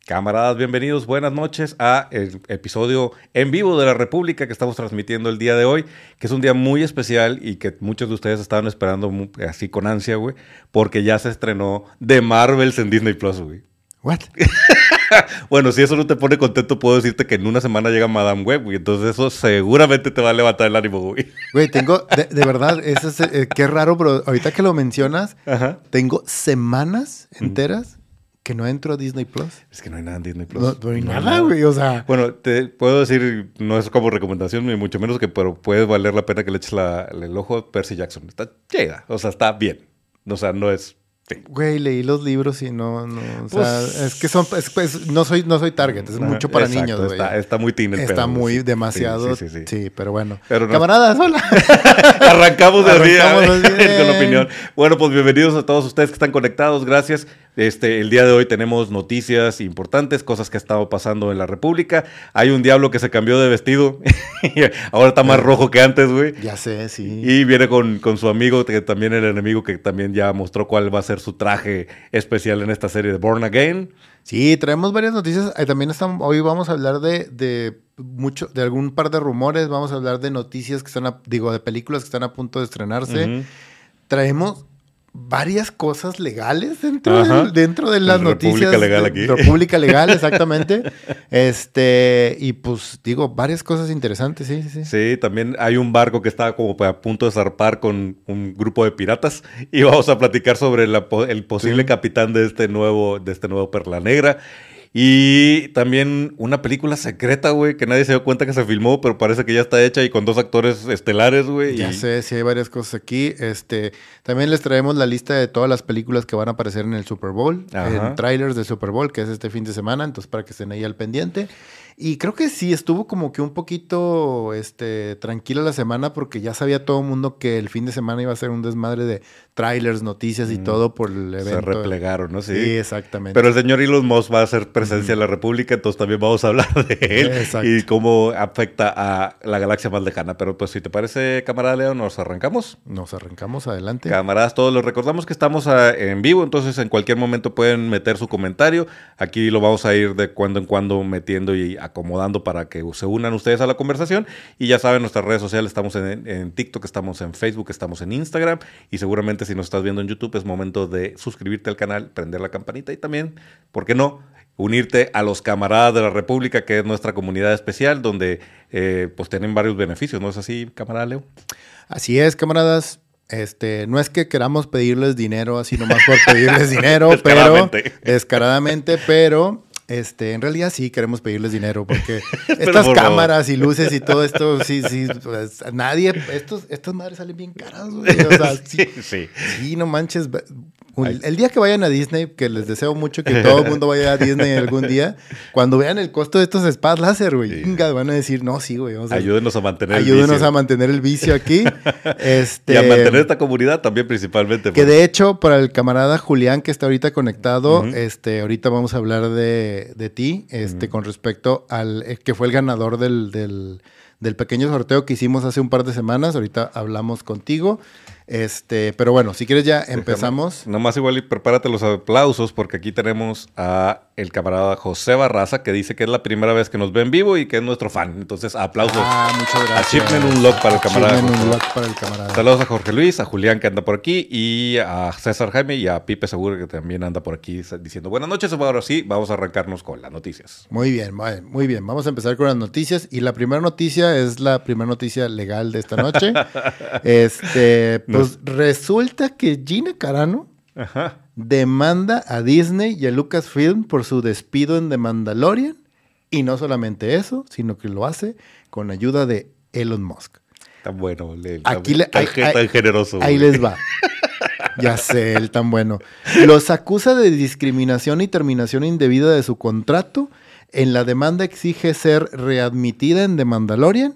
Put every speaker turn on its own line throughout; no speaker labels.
Camaradas, bienvenidos, buenas noches a el episodio en vivo de La República que estamos transmitiendo el día de hoy, que es un día muy especial y que muchos de ustedes estaban esperando así con ansia, güey, porque ya se estrenó The Marvels en Disney Plus, güey.
¿What?
Bueno, si eso no te pone contento, puedo decirte que en una semana llega Madame Web, güey. Entonces eso seguramente te va a levantar el ánimo, güey.
Güey, tengo, de verdad, eso es, qué raro, pero ahorita que lo mencionas,
Ajá.
tengo semanas enteras que no entro a Disney Plus.
Es que no hay nada en Disney Plus.
No hay nada, güey, o sea.
Bueno, te puedo decir, no es como recomendación, ni mucho menos pero puede valer la pena que le eches el ojo a Percy Jackson. Está chida, o sea, está bien. O sea, no es... Sí.
Güey, leí los libros y no, o sea,
Pues,
es que no soy target, es mucho para
exacto,
niños, güey.
Está muy teen el
Está
pedo,
muy
sí.
demasiado,
Sí.
sí, pero bueno.
Pero no.
Camaradas, hola.
Arrancamos de día
Arrancamos bien.
con la opinión. Bueno, pues bienvenidos a todos ustedes que están conectados, gracias. El día de hoy tenemos noticias importantes, cosas que ha estado pasando en la República. Hay un diablo que se cambió de vestido, ahora está más rojo que antes, güey.
Ya sé, sí.
Y viene con su amigo, que también el enemigo, que también ya mostró cuál va a ser su traje especial en esta serie de Born Again.
Sí, traemos varias noticias. También hoy vamos a hablar de algún par de rumores. Vamos a hablar de noticias que de películas que están a punto de estrenarse.
Uh-huh.
Traemos varias cosas legales dentro de las noticias.
República Legal aquí.
República Legal, exactamente. Y pues digo, varias cosas interesantes, sí.
Sí, también hay un barco que está como a punto de zarpar con un grupo de piratas y vamos a platicar sobre el posible capitán de este nuevo Perla Negra. Y también una película secreta, güey, que nadie se dio cuenta que se filmó, pero parece que ya está hecha y con 2 actores estelares, güey.
Ya sé, sí hay varias cosas aquí. También les traemos la lista de todas las películas que van a aparecer en el Super Bowl, en trailers del Super Bowl, que es este fin de semana, entonces para que estén ahí al pendiente. Y creo que sí, estuvo como que un poquito tranquila la semana porque ya sabía todo el mundo que el fin de semana iba a ser un desmadre de trailers, noticias y todo por el evento.
Se replegaron, ¿no? Sí,
exactamente.
Pero el señor Elon Musk va a hacer presencia en la República, entonces también vamos a hablar de él. Exacto. Y cómo afecta a la galaxia más lejana. Pero pues si te parece, camarada Leo, ¿nos arrancamos?
Nos arrancamos, adelante.
Camaradas, todos les recordamos que estamos en vivo, entonces en cualquier momento pueden meter su comentario. Aquí lo vamos a ir de cuando en cuando metiendo y acomodando para que se unan ustedes a la conversación. Y ya saben, nuestras redes sociales, estamos en TikTok, estamos en Facebook, estamos en Instagram. Y seguramente si nos estás viendo en YouTube es momento de suscribirte al canal, prender la campanita y también, ¿por qué no?, unirte a los Camaradas de la República, que es nuestra comunidad especial, donde pues tienen varios beneficios, ¿no es así, camarada Leo?
Así es, camaradas. No es que queramos pedirles dinero así nomás por pedirles dinero, descaradamente, pero en realidad sí queremos pedirles dinero porque estas cámaras y luces y todo esto, sí, pues, estas madres salen bien caras, güey. O sea, sí, no manches. El día que vayan a Disney, que les deseo mucho que todo el mundo vaya a Disney algún día, cuando vean el costo de estos espadas láser, güey, van a decir, no, sí, güey.
Ayúdenos a mantener
el vicio aquí.
Y a mantener esta comunidad también principalmente.
Que de hecho, para el camarada Julián que está ahorita conectado, ahorita vamos a hablar de ti, con respecto al que fue el ganador del pequeño sorteo que hicimos hace un par de semanas. Ahorita hablamos contigo. Pero bueno, si quieres ya empezamos.
Nomás igual y prepárate los aplausos porque aquí tenemos a el camarada José Barraza, que dice que es la primera vez que nos ve en vivo y que es nuestro fan. Entonces, aplausos.
Muchas gracias.
Achievement Unlock para el camarada.
Camarada.
Saludos a Jorge Luis, a Julián que anda por aquí y a César Jaime y a Pipe Seguro que también anda por aquí diciendo buenas noches. Ahora sí, vamos a arrancarnos con las noticias.
Muy bien. Vamos a empezar con las noticias y la primera noticia es la primera noticia legal de esta noche. Pues resulta que Gina Carano demanda a Disney y a Lucasfilm por su despido en The Mandalorian. Y no solamente eso, sino que lo hace con ayuda de Elon Musk.
Tan bueno,
tan
generoso.
Ahí les va. Ya sé, él tan bueno. Los acusa de discriminación y terminación indebida de su contrato. En la demanda exige ser readmitida en The Mandalorian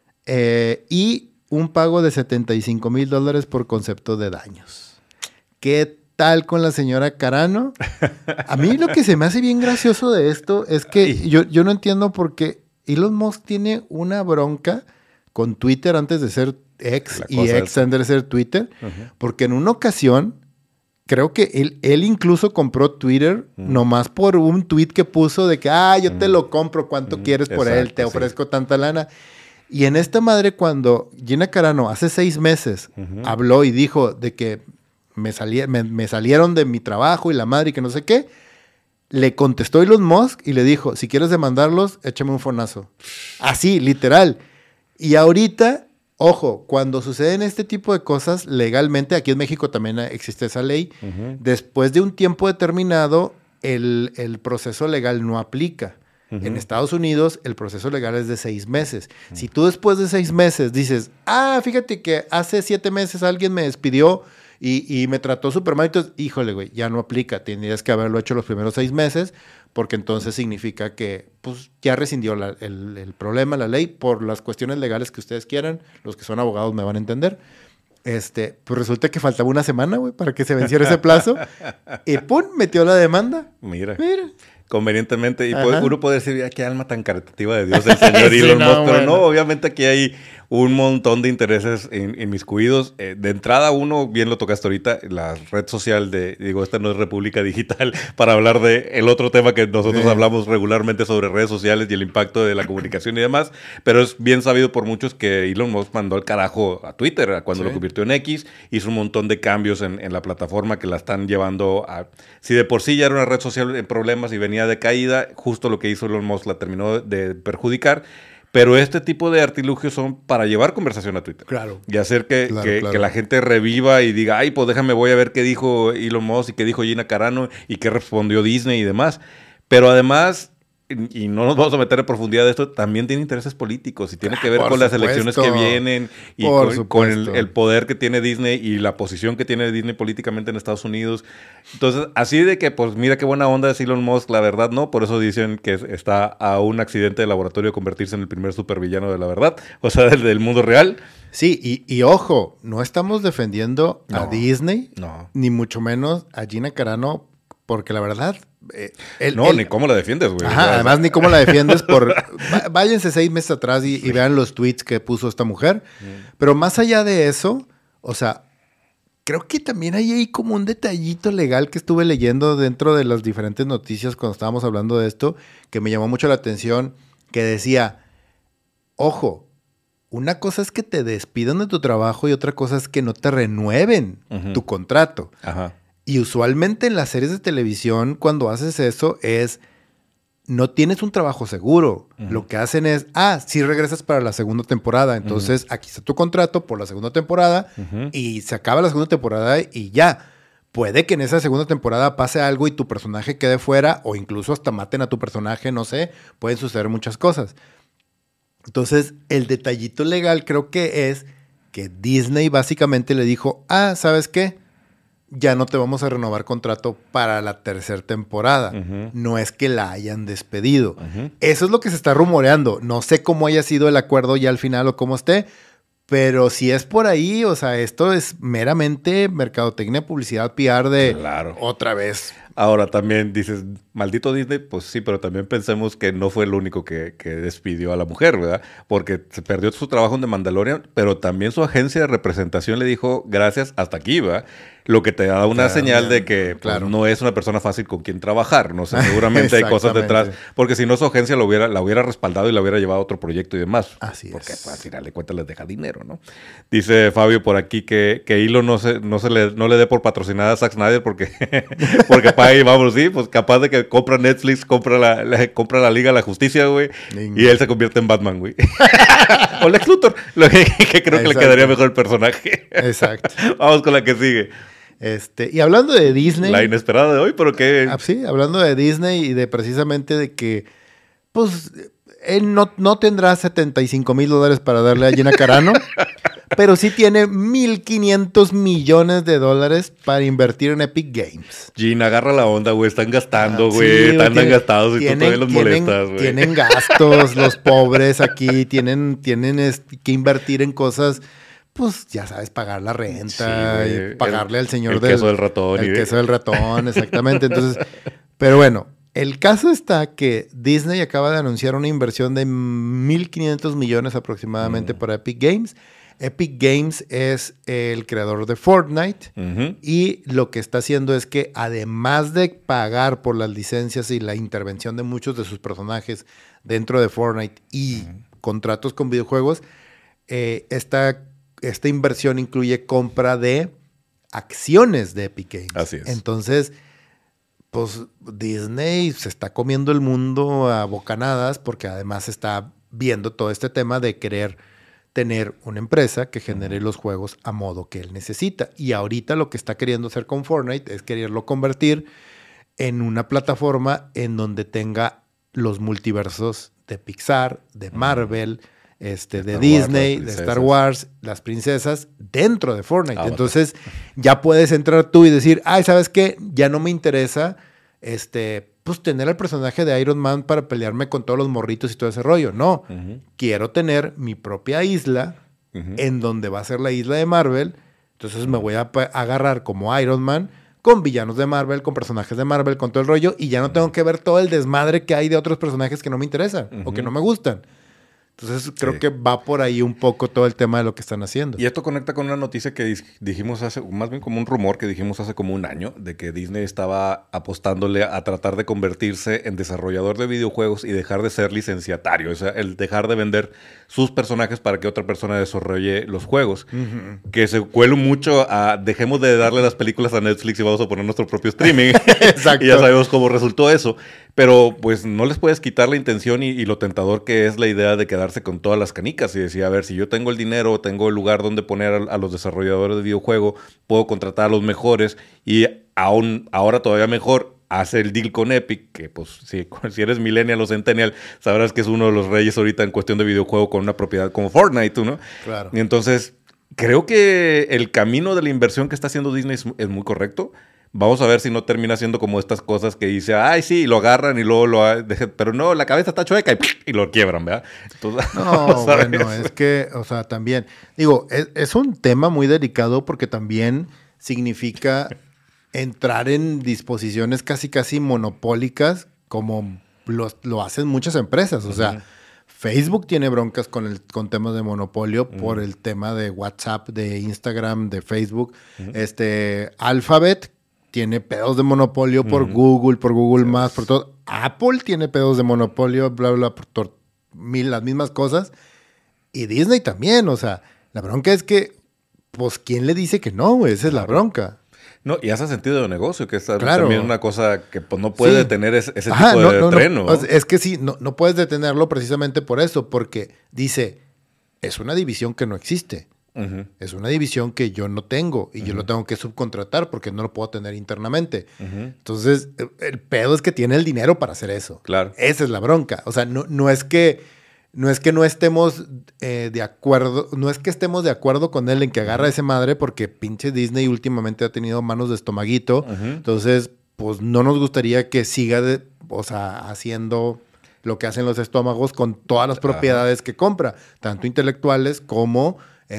y un pago de $75,000 por concepto de daños. ¿Qué tal con la señora Carano? A mí lo que se me hace bien gracioso de esto es que yo no entiendo por qué Elon Musk tiene una bronca con Twitter antes de ser X y X antes de ser Twitter, porque en una ocasión creo que él incluso compró Twitter nomás por un tweet que puso de que, yo te lo compro, ¿cuánto quieres por él? Te ofrezco tanta lana. Y en esta madre, cuando Gina Carano hace 6 meses habló y dijo de que me salieron de mi trabajo y la madre y que no sé qué, le contestó Elon Musk y le dijo, si quieres demandarlos, échame un fonazo. Así, literal. Y ahorita, ojo, cuando suceden este tipo de cosas, legalmente, aquí en México también existe esa ley, después de un tiempo determinado, el proceso legal no aplica. En Estados Unidos, el proceso legal es de 6 meses. Si tú después de 6 meses dices, fíjate que hace 7 meses alguien me despidió y me trató súper mal, entonces, híjole, güey, ya no aplica. Tendrías que haberlo hecho los primeros 6 meses, porque entonces significa que pues, ya rescindió el problema, la ley, por las cuestiones legales que ustedes quieran. Los que son abogados me van a entender. Pues resulta que faltaba una semana, güey, para que se venciera ese plazo. Y ¡pum! Metió la demanda.
Mira. Convenientemente. Y uno puede decir, qué alma tan caritativa de Dios el señor Elon Musk. Pero no, obviamente aquí hay un montón de intereses inmiscuidos. De entrada, uno, bien lo tocaste ahorita, la red social esta no es República Digital, para hablar de el otro tema que nosotros hablamos regularmente sobre redes sociales y el impacto de la comunicación y demás. Pero es bien sabido por muchos que Elon Musk mandó al carajo a Twitter cuando lo convirtió en X. Hizo un montón de cambios en la plataforma que la están llevando a... Si de por sí ya era una red social en problemas y venía de caída, justo lo que hizo Elon Musk la terminó de perjudicar. Pero este tipo de artilugios son para llevar conversación a Twitter.
Claro.
Y hacer que la gente reviva y diga, pues déjame, voy a ver qué dijo Elon Musk y qué dijo Gina Carano y qué respondió Disney y demás. Pero además, y no nos vamos a meter en profundidad de esto, también tiene intereses políticos y tiene que ver con las elecciones que vienen y con el poder que tiene Disney y la posición que tiene Disney políticamente en Estados Unidos. Entonces, así de que, pues mira qué buena onda es Elon Musk, la verdad no, por eso dicen que está a un accidente de laboratorio de convertirse en el primer supervillano de la verdad, o sea, del mundo real.
Sí, y ojo, no estamos defendiendo a Disney, ni mucho menos a Gina Carano, porque la verdad...
ni cómo la defiendes, güey.
Además, ni cómo la defiendes váyanse 6 meses atrás y vean los tweets que puso esta mujer. Pero más allá de eso, o sea, creo que también hay ahí como un detallito legal que estuve leyendo dentro de las diferentes noticias cuando estábamos hablando de esto, que me llamó mucho la atención, que decía, ojo, una cosa es que te despidan de tu trabajo y otra cosa es que no te renueven tu contrato. Ajá. Y usualmente en las series de televisión, cuando haces eso, no tienes un trabajo seguro. Lo que hacen es, sí regresas para la segunda temporada. Entonces, aquí está tu contrato por la segunda temporada y se acaba la segunda temporada y ya. Puede que en esa segunda temporada pase algo y tu personaje quede fuera o incluso hasta maten a tu personaje, no sé. Pueden suceder muchas cosas. Entonces, el detallito legal creo que es que Disney básicamente le dijo, ¿sabes qué? Ya no te vamos a renovar contrato para la tercera temporada. No es que la hayan despedido. Eso es lo que se está rumoreando. No sé cómo haya sido el acuerdo ya al final o cómo esté, pero si es por ahí, o sea, esto es meramente mercadotecnia, publicidad, PR de otra vez.
Ahora también dices, maldito Disney, pues sí, pero también pensemos que no fue el único que despidió a la mujer, ¿verdad? Porque se perdió su trabajo en The Mandalorian, pero también su agencia de representación le dijo, gracias, hasta aquí, ¿verdad? Lo que te da una señal de que pues, no es una persona fácil con quien trabajar, no sé, seguramente hay cosas detrás, porque si no su agencia la hubiera respaldado y la hubiera llevado a otro proyecto y demás.
Así es.
Porque pues, al final de cuentas les deja dinero, ¿no? Dice Fabio por aquí que Elon no le dé por patrocinada a Zack Snyder porque para ahí vamos, sí, pues capaz de que compra Netflix, compra la Liga de la Justicia, güey, y él se convierte en Batman, güey. O Lex Luthor, que creo que le quedaría mejor el personaje.
Exacto.
Vamos con la que sigue.
Y hablando de Disney...
La inesperada de hoy, pero que...
sí, hablando de Disney y de precisamente de que, pues, él no tendrá $75,000 para darle a Gina Carano, pero sí tiene $1,500 millones para invertir en Epic Games.
Gina, agarra la onda, güey. Están gastando, güey. Están gastados y tú todavía los molestas, güey.
Tienen gastos, los pobres aquí. Tienen que invertir en cosas... Pues ya sabes, pagar la renta y pagarle al señor
el queso del ratón.
El queso del ratón, exactamente. Entonces, pero bueno, el caso está que Disney acaba de anunciar una inversión de $1,500 millones aproximadamente para Epic Games. Epic Games es el creador de Fortnite y lo que está haciendo es que además de pagar por las licencias y la intervención de muchos de sus personajes dentro de Fortnite y contratos con videojuegos, esta inversión incluye compra de acciones de Epic Games.
Así es.
Entonces, pues Disney se está comiendo el mundo a bocanadas porque además está viendo todo este tema de querer tener una empresa que genere los juegos a modo que él necesita. Y ahorita lo que está queriendo hacer con Fortnite es quererlo convertir en una plataforma en donde tenga los multiversos de Pixar, de Marvel, de Disney, de Star Wars, las princesas, dentro de Fortnite. Entonces, ya puedes entrar tú y decir, ay, ¿sabes qué? Ya no me interesa, pues tener al personaje de Iron Man para pelearme con todos los morritos y todo ese rollo. No, quiero tener mi propia isla en donde va a ser la isla de Marvel. Entonces me voy a agarrar como Iron Man con villanos de Marvel, con personajes de Marvel, con todo el rollo y ya no tengo que ver todo el desmadre que hay de otros personajes que no me interesan o que no me gustan. Entonces, creo que va por ahí un poco todo el tema de lo que están haciendo.
Y esto conecta con una noticia que dijimos más bien como un rumor que dijimos hace como un año, de que Disney estaba apostándole a tratar de convertirse en desarrollador de videojuegos y dejar de ser licenciatario. O sea, el dejar de vender sus personajes para que otra persona desarrolle los juegos. Que se cuela mucho a dejemos de darle las películas a Netflix y vamos a poner nuestro propio streaming.
Exacto.
Y ya sabemos cómo resultó eso. Pero pues no les puedes quitar la intención y lo tentador que es la idea de quedarse con todas las canicas y decir, a ver, si yo tengo el dinero, tengo el lugar donde poner a los desarrolladores de videojuego, puedo contratar a los mejores y aún ahora todavía mejor, hace el deal con Epic, que pues si eres millennial o centennial, sabrás que es uno de los reyes ahorita en cuestión de videojuego con una propiedad como Fortnite, ¿no?
Claro.
Y entonces, creo que el camino de la inversión que está haciendo Disney es muy correcto. Vamos a ver si no termina siendo como estas cosas que dice, ay, sí, y lo agarran y luego pero no, la cabeza está chueca y lo quiebran, ¿verdad? Entonces,
no, bueno, es que, o sea, también, digo, es un tema muy delicado porque también significa entrar en disposiciones casi monopólicas como lo hacen muchas empresas, o sea, Facebook tiene broncas con temas de monopolio por el tema de WhatsApp, de Instagram, de Facebook, Alphabet tiene pedos de monopolio por Google Maps, por todo. Apple tiene pedos de monopolio, bla, bla, por las mismas cosas. Y Disney también, o sea, la bronca es que, pues, ¿quién le dice que no, güey? Esa es la bronca.
No, y hace sentido de negocio, que es
claro.
También una cosa que pues, no puede detener ese tipo de treno.
No. Es que sí, no puedes detenerlo precisamente por eso, porque dice, es una división que no existe. Es una división que yo no tengo y yo lo tengo que subcontratar porque no lo puedo tener internamente. Entonces, el pedo es que tiene el dinero para hacer eso.
Claro.
Esa es la bronca. O sea, no es que no estemos de acuerdo, no es que estemos de acuerdo con él en que agarra ese madre porque pinche Disney últimamente ha tenido manos de estomaguito. Entonces, pues no nos gustaría que siga haciendo lo que hacen los estómagos con todas las propiedades que compra, tanto intelectuales como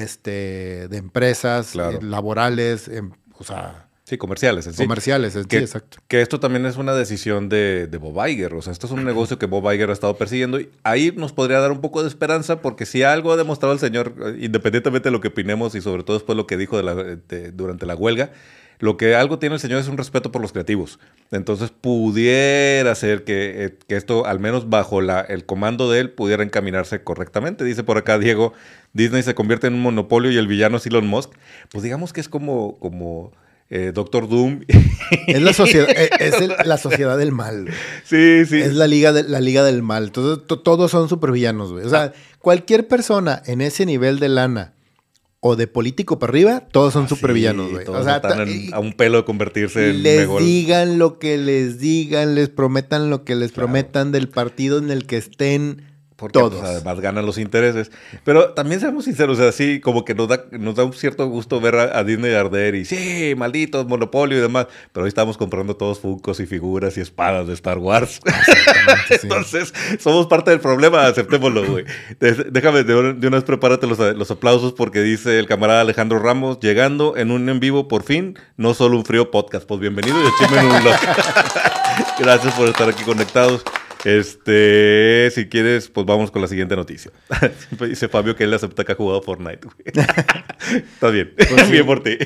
de empresas, laborales, o sea...
Sí, comerciales.
Comerciales, sí, exacto.
Que esto también es una decisión de Bob Iger. O sea, esto es un negocio que Bob Iger ha estado persiguiendo. Y ahí nos podría dar un poco de esperanza porque si algo ha demostrado el señor, independientemente de lo que opinemos y sobre todo después lo que dijo durante la huelga, lo que algo tiene el señor es un respeto por los creativos. Entonces pudiera ser que esto, al menos bajo el comando de él, pudiera encaminarse correctamente. Dice por acá Diego, Disney se convierte en un monopolio y el villano es Elon Musk. Pues digamos que es como Doctor Doom.
Es la sociedad, la sociedad del mal.
Sí, sí.
Es la liga del mal. Todos son supervillanos, güey. O sea, cualquier persona en ese nivel de lana o de político para arriba, todos son supervillanos, güey.
O sea, están a un pelo de convertirse en mejor.
Les digan lo que les digan, les prometan lo que les prometan del partido en el que estén.
Porque
todos.
Pues, además ganan los intereses. Pero también seamos sinceros, o sea, sí, como que nos da un cierto gusto ver a Disney arder y sí, malditos, monopolio y demás. Pero hoy estamos comprando todos Funkos y figuras y espadas de Star Wars. Sí. Entonces, somos parte del problema, aceptémoslo, güey. Déjame, de una vez prepárate los aplausos porque dice el camarada Alejandro Ramos, llegando en un en vivo por fin, no solo un frío podcast. Pues bienvenido y echenme un like. Gracias por estar aquí conectados. Si quieres, pues vamos con la siguiente noticia. Dice Fabio que él acepta que ha jugado Fortnite, güey. Está bien. Pues bien por ti.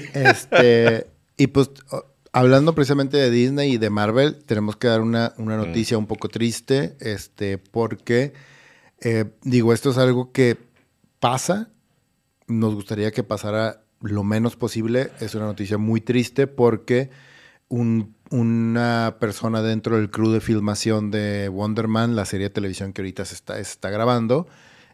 Y pues, hablando precisamente de Disney y de Marvel, tenemos que dar una noticia un poco triste, porque, esto es algo que pasa. Nos gustaría que pasara lo menos posible. Es una noticia muy triste porque una persona dentro del crew de filmación de Wonder Man, la serie de televisión que ahorita se está grabando,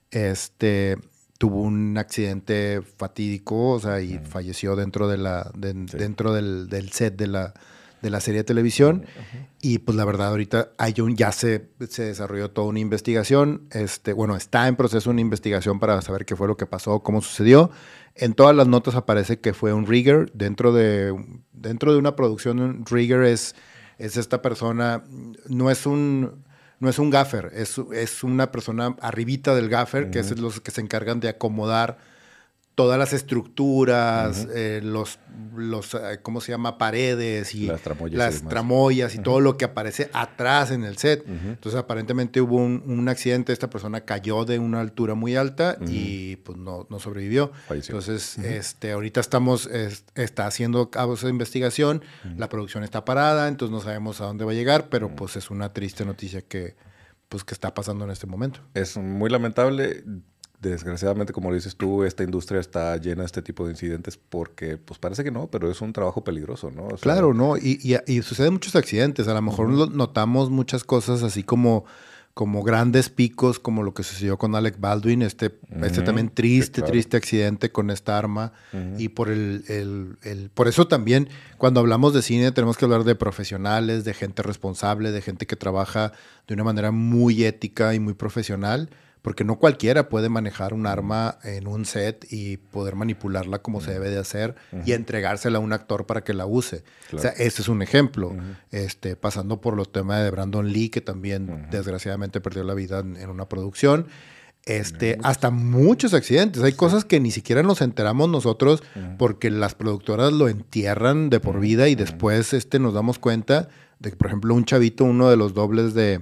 tuvo un accidente fatídico, o sea, y falleció dentro dentro del set de la serie de televisión. Y pues la verdad ahorita ya se desarrolló toda una investigación. Está en proceso una investigación para saber qué fue lo que pasó, cómo sucedió. En todas las notas aparece que fue un rigger. Dentro de una producción, un rigger es esta persona, no es un gaffer, es una persona arribita del gaffer, que es los que se encargan de acomodar todas las estructuras, los ¿cómo se llama? Paredes y las tramoyas y todo lo que aparece atrás en el set. Entonces, aparentemente hubo un accidente. Esta persona cayó de una altura muy alta y pues no sobrevivió. Falleció. Entonces, ahorita está haciendo cabo esa investigación. La producción está parada, entonces no sabemos a dónde va a llegar, pero pues es una triste noticia que está pasando en este momento.
Es muy lamentable. Desgraciadamente, como lo dices tú, esta industria está llena de este tipo de incidentes porque, pues parece que no, pero es un trabajo peligroso, ¿no?
Claro, ¿no? Y suceden muchos accidentes. A lo mejor notamos muchas cosas así como grandes picos, como lo que sucedió con Alec Baldwin, también triste accidente con esta arma. Y por por eso también, cuando hablamos de cine, tenemos que hablar de profesionales, de gente responsable, de gente que trabaja de una manera muy ética y muy profesional. Porque no cualquiera puede manejar un arma en un set y poder manipularla como se debe de hacer y entregársela a un actor para que la use. Claro. O sea, ese es un ejemplo. Pasando por los temas de Brandon Lee, que también desgraciadamente perdió la vida en una producción. Hasta muchos accidentes. Hay cosas que ni siquiera nos enteramos nosotros porque las productoras lo entierran de por vida y después nos damos cuenta de que, por ejemplo, un chavito, uno de los dobles de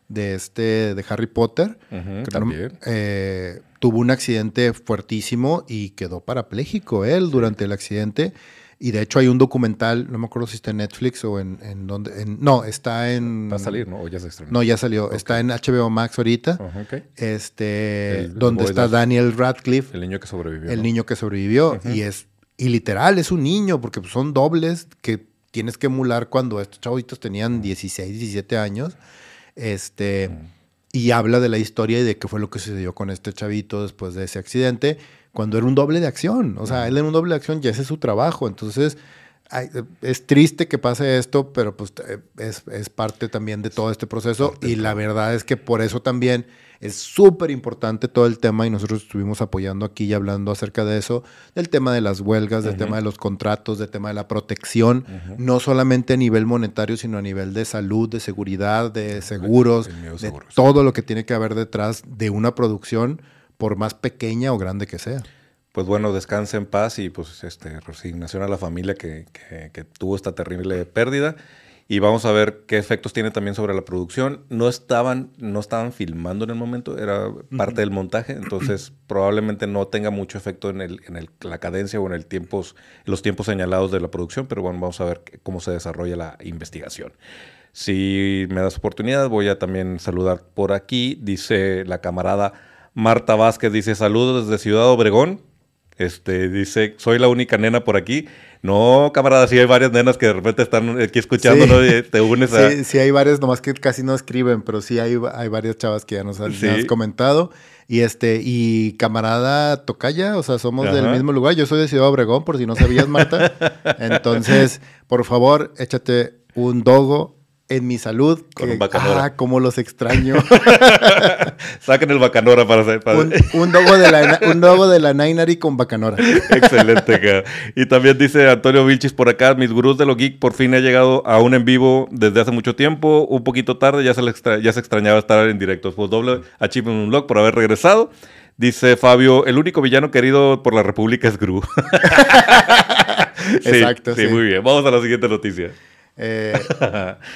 Harry Potter, que tuvo un accidente fuertísimo y quedó parapléjico él durante el accidente. Y de hecho hay un documental, no me acuerdo si está en Netflix o en dónde. No, está en...
Va a salir, ¿no? ¿O ya se estrenó?
No, ya salió. Okay. Está en HBO Max ahorita. Donde está Daniel Radcliffe.
El niño que sobrevivió.
El niño que sobrevivió. Y literal, es un niño, porque son dobles que tienes que emular cuando estos chavitos tenían 16, 17 años. Y habla de la historia y de qué fue lo que sucedió con este chavito después de ese accidente, cuando era un doble de acción. O sea, él era un doble de acción y ese es su trabajo. Entonces, es triste que pase esto, pero pues es parte también de todo este proceso. Y la verdad es que por eso también es súper importante todo el tema, y nosotros estuvimos apoyando aquí y hablando acerca de eso, del tema de las huelgas, del tema de los contratos, del tema de la protección, no solamente a nivel monetario, sino a nivel de salud, de seguridad, de seguros, de todo lo que tiene que haber detrás de una producción, por más pequeña o grande que sea.
Pues bueno, descanse en paz y pues resignación a la familia que tuvo esta terrible pérdida. Y vamos a ver qué efectos tiene también sobre la producción. No estaban filmando en el momento, era parte del montaje, entonces probablemente no tenga mucho efecto en la cadencia o en los tiempos señalados de la producción, pero bueno, vamos a ver cómo se desarrolla la investigación. Si me das oportunidad, voy a también saludar por aquí. Dice la camarada Marta Vázquez, dice saludos desde Ciudad Obregón. Dice, soy la única nena por aquí. No, camarada, sí hay varias nenas que de repente están aquí escuchándonos y te unes a...
Sí, hay varias, nomás que casi no escriben, pero sí hay varias chavas que ya nos has comentado. Y camarada Tocaya, o sea, somos del mismo lugar. Yo soy de Ciudad Obregón, por si no sabías, Marta. Entonces, por favor, échate un dogo en mi salud.
Con un bacanora.
Cómo los extraño.
Saquen el bacanora para hacer...
Un dogo de la Nainari con bacanora.
Excelente, cara. Y también dice Antonio Vilchis por acá, mis gurús de lo geek por fin he llegado a un en vivo desde hace mucho tiempo, un poquito tarde, ya se extrañaba estar en directo. Pues doble achievement unlock por haber regresado. Dice Fabio, el único villano querido por la República es Gru.
Exacto,
sí. Muy bien. Vamos a la siguiente noticia.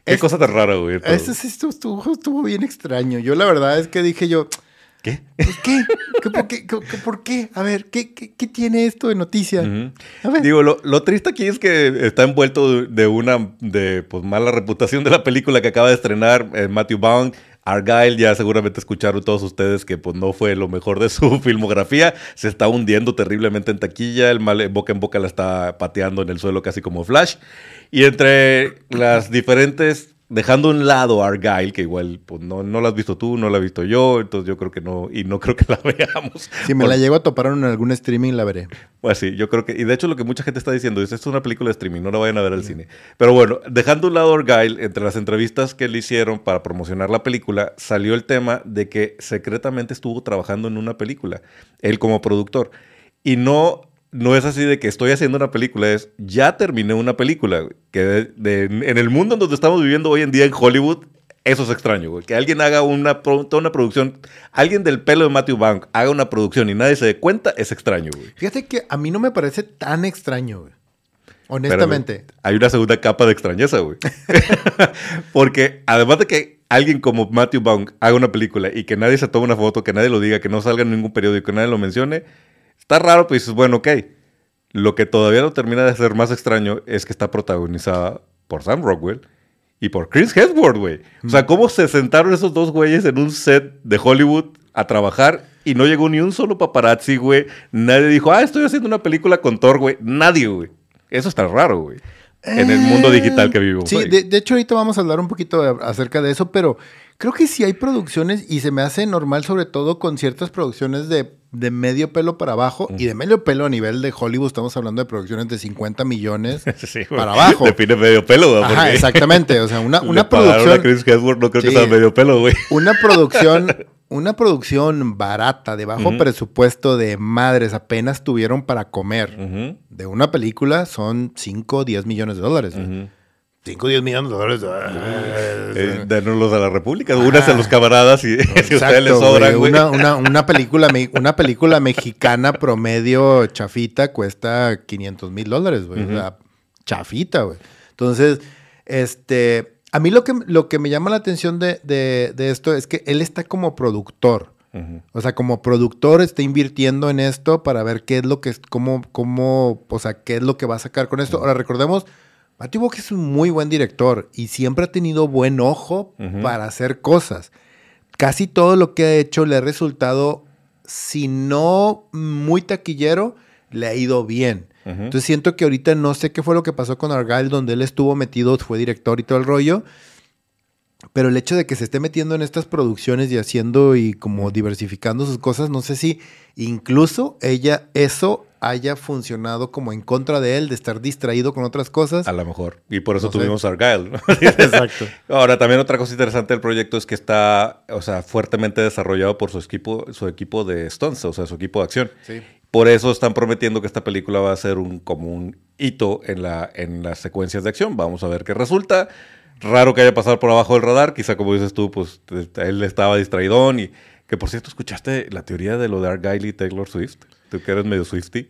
Qué cosa tan rara, güey.
Eso sí estuvo bien extraño. Yo la verdad es que dije yo...
¿Qué?
Pues, ¿qué? ¿Por qué? A ver, ¿qué tiene esto de noticia? A ver.
Digo, lo triste aquí es que está envuelto de pues, mala reputación de la película que acaba de estrenar Matthew Vaughn. Argyle, ya seguramente escucharon todos ustedes que pues, no fue lo mejor de su filmografía. Se está hundiendo terriblemente en taquilla. El mal boca en boca la está pateando en el suelo casi como Flash. Y entre las diferentes... Dejando a un lado a Argyle, que igual pues, no la has visto tú, no la he visto yo, entonces yo creo que no, y no creo que la veamos.
Si me la llego a topar en algún streaming, la veré.
Pues sí, yo creo que, y de hecho lo que mucha gente está diciendo es, esto es una película de streaming, no la vayan a ver al cine. Pero bueno, dejando a un lado a Argyle, entre las entrevistas que le hicieron para promocionar la película, salió el tema de que secretamente estuvo trabajando en una película, él como productor, y no es así de que estoy haciendo una película, es ya terminé una película, güey, que en el mundo en donde estamos viviendo hoy en día en Hollywood, eso es extraño, güey. Que alguien haga toda una producción, alguien del pelo de Matthew Vaughn haga una producción y nadie se dé cuenta, es extraño, güey.
Fíjate que a mí no me parece tan extraño, güey. Honestamente.
Pero, hay una segunda capa de extrañeza, güey. Porque además de que alguien como Matthew Vaughn haga una película y que nadie se tome una foto, que nadie lo diga, que no salga en ningún periódico, que nadie lo mencione... Está raro, pues dices, bueno, ok. Lo que todavía no termina de ser más extraño es que está protagonizada por Sam Rockwell y por Chris Hemsworth, güey. O sea, ¿cómo se sentaron esos dos güeyes en un set de Hollywood a trabajar y no llegó ni un solo paparazzi, güey? Nadie dijo, estoy haciendo una película con Thor, güey. Nadie, güey. Eso está raro, güey. En el mundo digital que vivimos.
Sí, de hecho ahorita vamos a hablar un poquito acerca de eso, pero creo que sí hay producciones y se me hace normal sobre todo con ciertas producciones de medio pelo para abajo y de medio pelo a nivel de Hollywood. Estamos hablando de producciones de 50 millones
sí,
para abajo.
Define medio pelo, güey.
Ajá, exactamente. O sea, una
producción... a Chris Hemsworth no creo que sea medio pelo, güey.
Una producción barata, de bajo presupuesto, de madres, apenas tuvieron para comer. De una película son 5 o 10 millones de dólares. 5 o 10 millones de dólares.
Denoslos a la República. Únanse a los camaradas y si a ustedes les sobran, güey.
Una película mexicana promedio chafita cuesta $500,000, güey. O sea, chafita, güey. Entonces, a mí lo que me llama la atención de esto es que él está como productor. O sea, como productor está invirtiendo en esto para ver qué es lo que o sea, qué es lo que va a sacar con esto. Ahora, recordemos, Matthew Vaughn es un muy buen director y siempre ha tenido buen ojo para hacer cosas. Casi todo lo que ha hecho le ha resultado, si no muy taquillero, le ha ido bien. Entonces siento que ahorita no sé qué fue lo que pasó con Argyle, donde él estuvo metido, fue director y todo el rollo. Pero el hecho de que se esté metiendo en estas producciones y haciendo y como diversificando sus cosas, no sé si incluso eso haya funcionado como en contra de él, de estar distraído con otras cosas.
A lo mejor. Y por eso tuvimos Argyle, ¿no?
Exacto.
Ahora, también otra cosa interesante del proyecto es que está, o sea, fuertemente desarrollado por su equipo de stunts, o sea, su equipo de acción.
Sí.
Por eso están prometiendo que esta película va a ser como un hito en las secuencias de acción. Vamos a ver qué resulta. Raro que haya pasado por abajo del radar. Quizá, como dices tú, pues él estaba distraidón. Y que, por cierto, ¿escuchaste la teoría de lo de Argyle y Taylor Swift? Tú que eres medio Swiftie.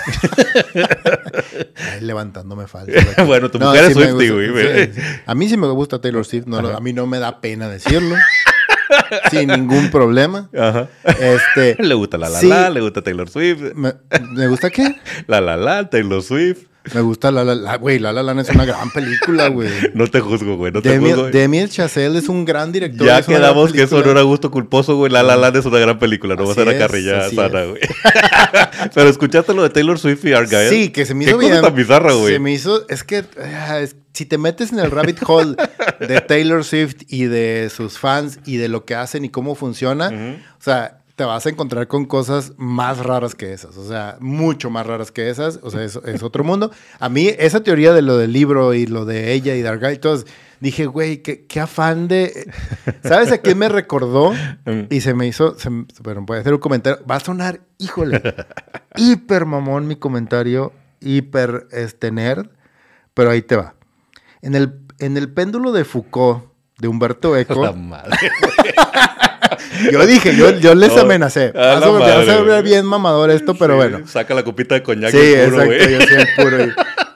Levantándome falso.
Bueno, tu mujer es Swiftie, güey.
Sí. A mí sí me gusta Taylor Swift. No, a mí no me da pena decirlo. Sin ningún problema.
Ajá. Le gusta le gusta Taylor Swift.
¿Me gusta qué?
Taylor Swift.
Me gusta güey, La La Land es una gran película, güey.
No te juzgo, güey, no te juzgo.
Damien Chazelle es un gran director.
Ya quedamos que eso no era gusto culposo, güey. La La Land es una gran película, no va a ser una carrilla sana, güey. Pero escuchaste lo de Taylor Swift y Argyle.
Sí, que se me hizo bien.
Qué cosa tan bizarra, güey.
Se me hizo, si te metes en el rabbit hole de Taylor Swift y de sus fans y de lo que hacen y cómo funciona, o sea, te vas a encontrar con cosas más raras que esas. O sea, mucho más raras que esas. O sea, es otro mundo. A mí, esa teoría de lo del libro y lo de ella y de Argyle, todos, dije, güey, qué afán de... ¿Sabes a quién me recordó? Y se me hizo... Bueno, voy a hacer un comentario. Va a sonar, híjole, hiper mamón mi comentario, hiper nerd, pero ahí te va. En el péndulo de Foucault, de Humberto Eco...
La madre,
Yo dije, yo les amenacé. Vas a ver bien mamador esto, pero
sí,
bueno.
Saca la copita de coñac
sí,
puro,
exacto,
güey.
Yo soy el puro.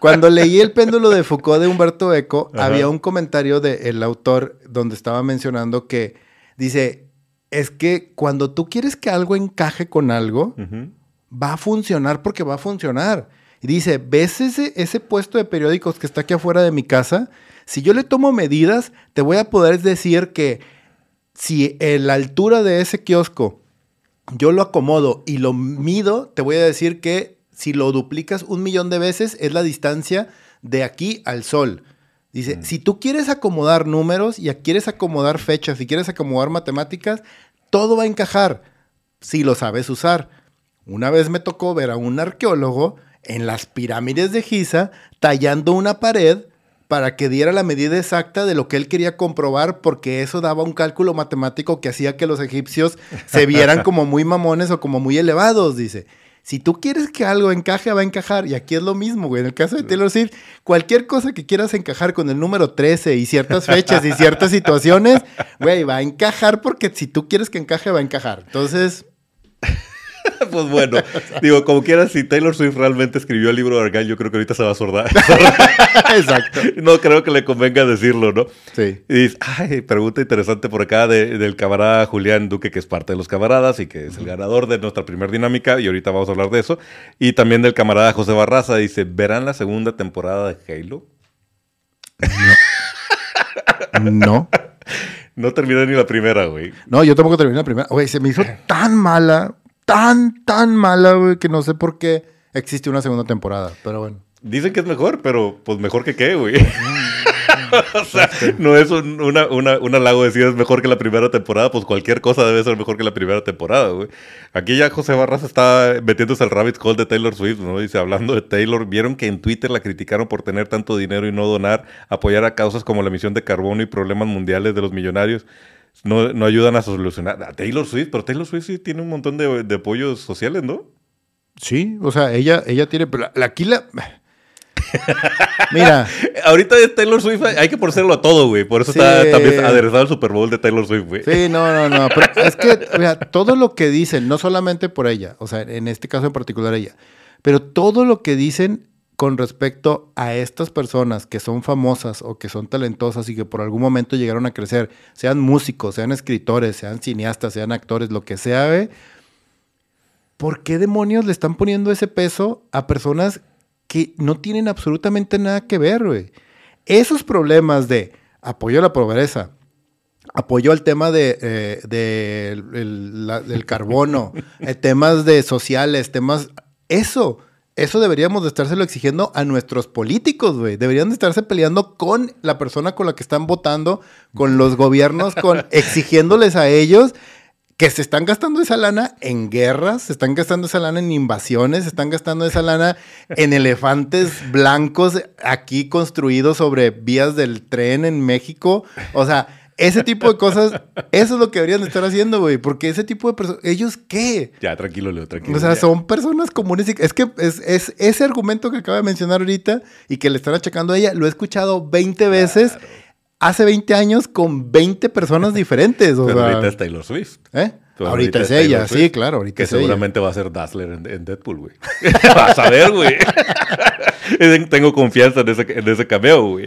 Cuando leí El péndulo de Foucault de Humberto Eco,
Ajá.
había un comentario del autor donde estaba mencionando que dice, es que cuando tú quieres que algo encaje con algo, va a funcionar porque va a funcionar. Y dice, ¿ves ese puesto de periódicos que está aquí afuera de mi casa? Si yo le tomo medidas, te voy a poder decir que si en la altura de ese kiosco yo lo acomodo y lo mido, te voy a decir que si lo duplicas 1,000,000 de veces es la distancia de aquí al sol. Dice, si tú quieres acomodar números y quieres acomodar fechas, si quieres acomodar matemáticas, todo va a encajar si lo sabes usar. Una vez me tocó ver a un arqueólogo en las pirámides de Giza tallando una pared para que diera la medida exacta de lo que él quería comprobar, porque eso daba un cálculo matemático que hacía que los egipcios se vieran como muy mamones o como muy elevados, dice. Si tú quieres que algo encaje, va a encajar. Y aquí es lo mismo, güey. En el caso de Taylor Swift, cualquier cosa que quieras encajar con el número 13 y ciertas fechas y ciertas situaciones, güey, va a encajar porque si tú quieres que encaje, va a encajar. Entonces...
Pues bueno, digo, como quieras, si Taylor Swift realmente escribió el libro de Argyle, yo creo que ahorita se va a sordar.
Exacto.
No creo que le convenga decirlo, ¿no?
Sí.
Y dice, ay, pregunta interesante por acá del camarada Julián Duque, que es parte de los camaradas y que es el ganador de nuestra primera dinámica, y ahorita vamos a hablar de eso. Y también del camarada José Barraza, dice, ¿verán la segunda temporada de Halo?
No.
No terminé ni la primera, güey.
No, yo tampoco terminé la primera. Güey, se me hizo tan mala, tan mala, güey, que no sé por qué existe una segunda temporada, pero bueno.
Dicen que es mejor, pero pues mejor que qué, güey. O sea, no es un halago decir es mejor que la primera temporada, pues cualquier cosa debe ser mejor que la primera temporada, güey. Aquí ya José Barras está metiéndose al rabbit hole de Taylor Swift, ¿no? Dice, hablando de Taylor, ¿vieron que en Twitter la criticaron por tener tanto dinero y no donar, apoyar a causas como la emisión de carbono y problemas mundiales de los millonarios? No ayudan a solucionar. A Taylor Swift, pero Taylor Swift sí tiene un montón de apoyos sociales, ¿no?
Sí, o sea, ella tiene... Pero aquí la... Mira.
Ahorita de Taylor Swift hay que ponerlo a todo, güey. Por eso está también aderezado el Super Bowl de Taylor Swift, güey.
Sí, no. Pero es que, mira, todo lo que dicen, no solamente por ella, o sea, en este caso en particular ella, pero todo lo que dicen con respecto a estas personas que son famosas o que son talentosas y que por algún momento llegaron a crecer, sean músicos, sean escritores, sean cineastas, sean actores, lo que sea, güey, ¿por qué demonios le están poniendo ese peso a personas que no tienen absolutamente nada que ver, güey? Esos problemas de apoyo a la pobreza, apoyo al tema del carbono, temas de sociales, temas... Eso deberíamos de estárselo exigiendo a nuestros políticos, güey. Deberían de estarse peleando con la persona con la que están votando, con los gobiernos, exigiéndoles a ellos que se están gastando esa lana en guerras, se están gastando esa lana en invasiones, se están gastando esa lana en elefantes blancos aquí construidos sobre vías del tren en México. O sea, ese tipo de cosas, eso es lo que deberían de estar haciendo, güey. Porque ese tipo de personas, ¿ellos qué?
Ya, tranquilo, Leo, tranquilo.
O sea, son personas comunes. Es que es ese argumento que acaba de mencionar ahorita y que le están achacando a ella, lo he escuchado 20 veces. Hace 20 años con 20 personas diferentes. O
pero
sea,
ahorita es Taylor Swift.
¿Eh?
Pero
Ahorita es ella, sí, claro. Ahorita
que
es
seguramente va a ser Dazzler en Deadpool, güey. Vas a ver, güey. Tengo confianza en ese cameo, güey.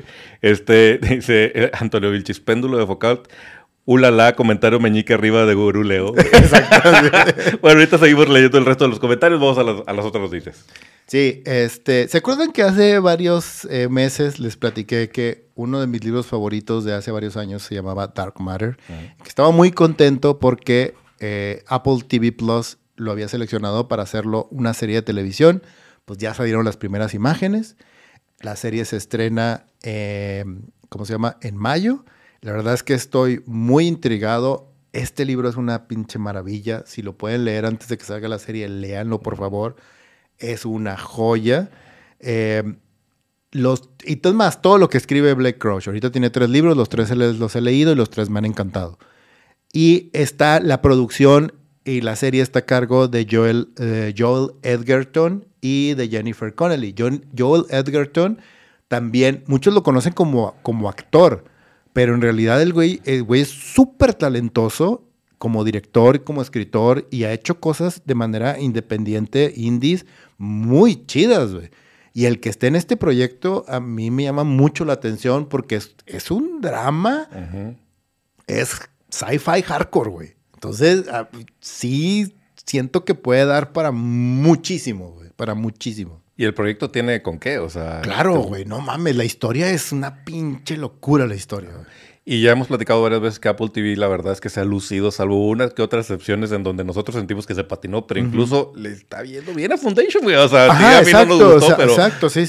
Dice Antonio Vilchis, péndulo de Foucault. Ulala, comentario meñique arriba de Gurú Leo. Exactamente. Bueno, ahorita seguimos leyendo el resto de los comentarios. Vamos a las otras noticias.
Sí, ¿se acuerdan que hace varios meses les platiqué que uno de mis libros favoritos de hace varios años se llamaba Dark Matter? Que estaba muy contento porque Apple TV Plus lo había seleccionado para hacerlo una serie de televisión. Pues ya salieron las primeras imágenes. La serie se estrena, ¿cómo se llama? En mayo. La verdad es que estoy muy intrigado. Este libro es una pinche maravilla. Si lo pueden leer antes de que salga la serie, léanlo, por favor. Es una joya. Y entonces más, todo lo que escribe Blake Crouch. Ahorita tiene 3 libros, los 3 los he leído y los 3 me han encantado. Y está la producción y la serie está a cargo de Joel Edgerton y de Jennifer Connelly. Joel Edgerton también, muchos lo conocen como actor, pero en realidad el güey es súper talentoso como director y como escritor y ha hecho cosas de manera independiente, indies, muy chidas, güey. Y el que esté en este proyecto a mí me llama mucho la atención porque es un drama, es sci-fi hardcore, güey. Entonces, sí siento que puede dar para muchísimo, güey, para muchísimo.
¿Y el proyecto tiene con qué? O sea...
Claro, güey, no mames, la historia es una pinche locura, la historia, güey.
Y ya hemos platicado varias veces que Apple TV, la verdad es que se ha lucido, salvo unas que otras excepciones en donde nosotros sentimos que se patinó, pero incluso le está viendo bien a Foundation, güey. O sea,
ajá,
a mí
exacto,
no nos gustó, pero...
Exacto, sí.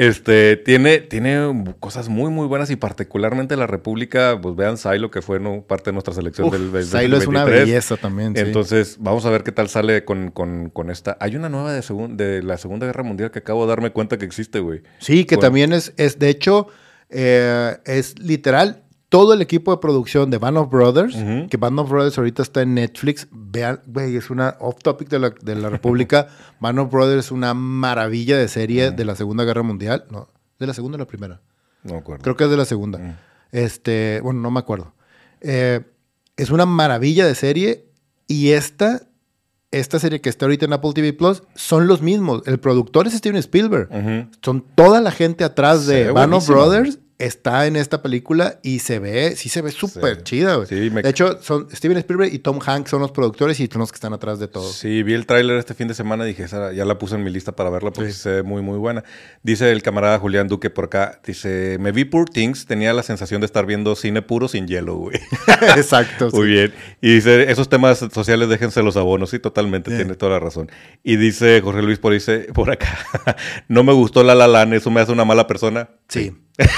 Tiene cosas muy, muy buenas y particularmente La República, pues vean Silo, que fue parte de nuestra selección del 2023.
Silo es una belleza también, sí.
Entonces, vamos a ver qué tal sale con esta. Hay una nueva de la Segunda Guerra Mundial que acabo de darme cuenta que existe, güey.
Sí, que también es de hecho, es literal... Todo el equipo de producción de Band of Brothers, que Band of Brothers ahorita está en Netflix, vean, güey, es una off-topic de la República. Band of Brothers es una maravilla de serie de la Segunda Guerra Mundial. No, ¿de la Segunda o la Primera?
No me acuerdo.
Creo que es de la Segunda. Bueno, no me acuerdo. Es una maravilla de serie y esta serie que está ahorita en Apple TV Plus son los mismos. El productor es Steven Spielberg. Son toda la gente atrás de Band of Brothers. Está en esta película y sí se ve súper chida, güey. Sí, de hecho, son Steven Spielberg y Tom Hanks son los productores y son los que están atrás de todo.
Sí, vi el tráiler este fin de semana y dije, ya la puse en mi lista para verla porque se ve muy, muy buena. Dice el camarada Julián Duque por acá, dice, me vi Poor Things, tenía la sensación de estar viendo cine puro sin hielo, güey.
Exacto.
Muy bien. Y dice, esos temas sociales déjense los abonos. Sí, totalmente, tiene toda la razón. Y dice Jorge Luis por acá, no me gustó La La Land, eso me hace una mala persona.
Sí.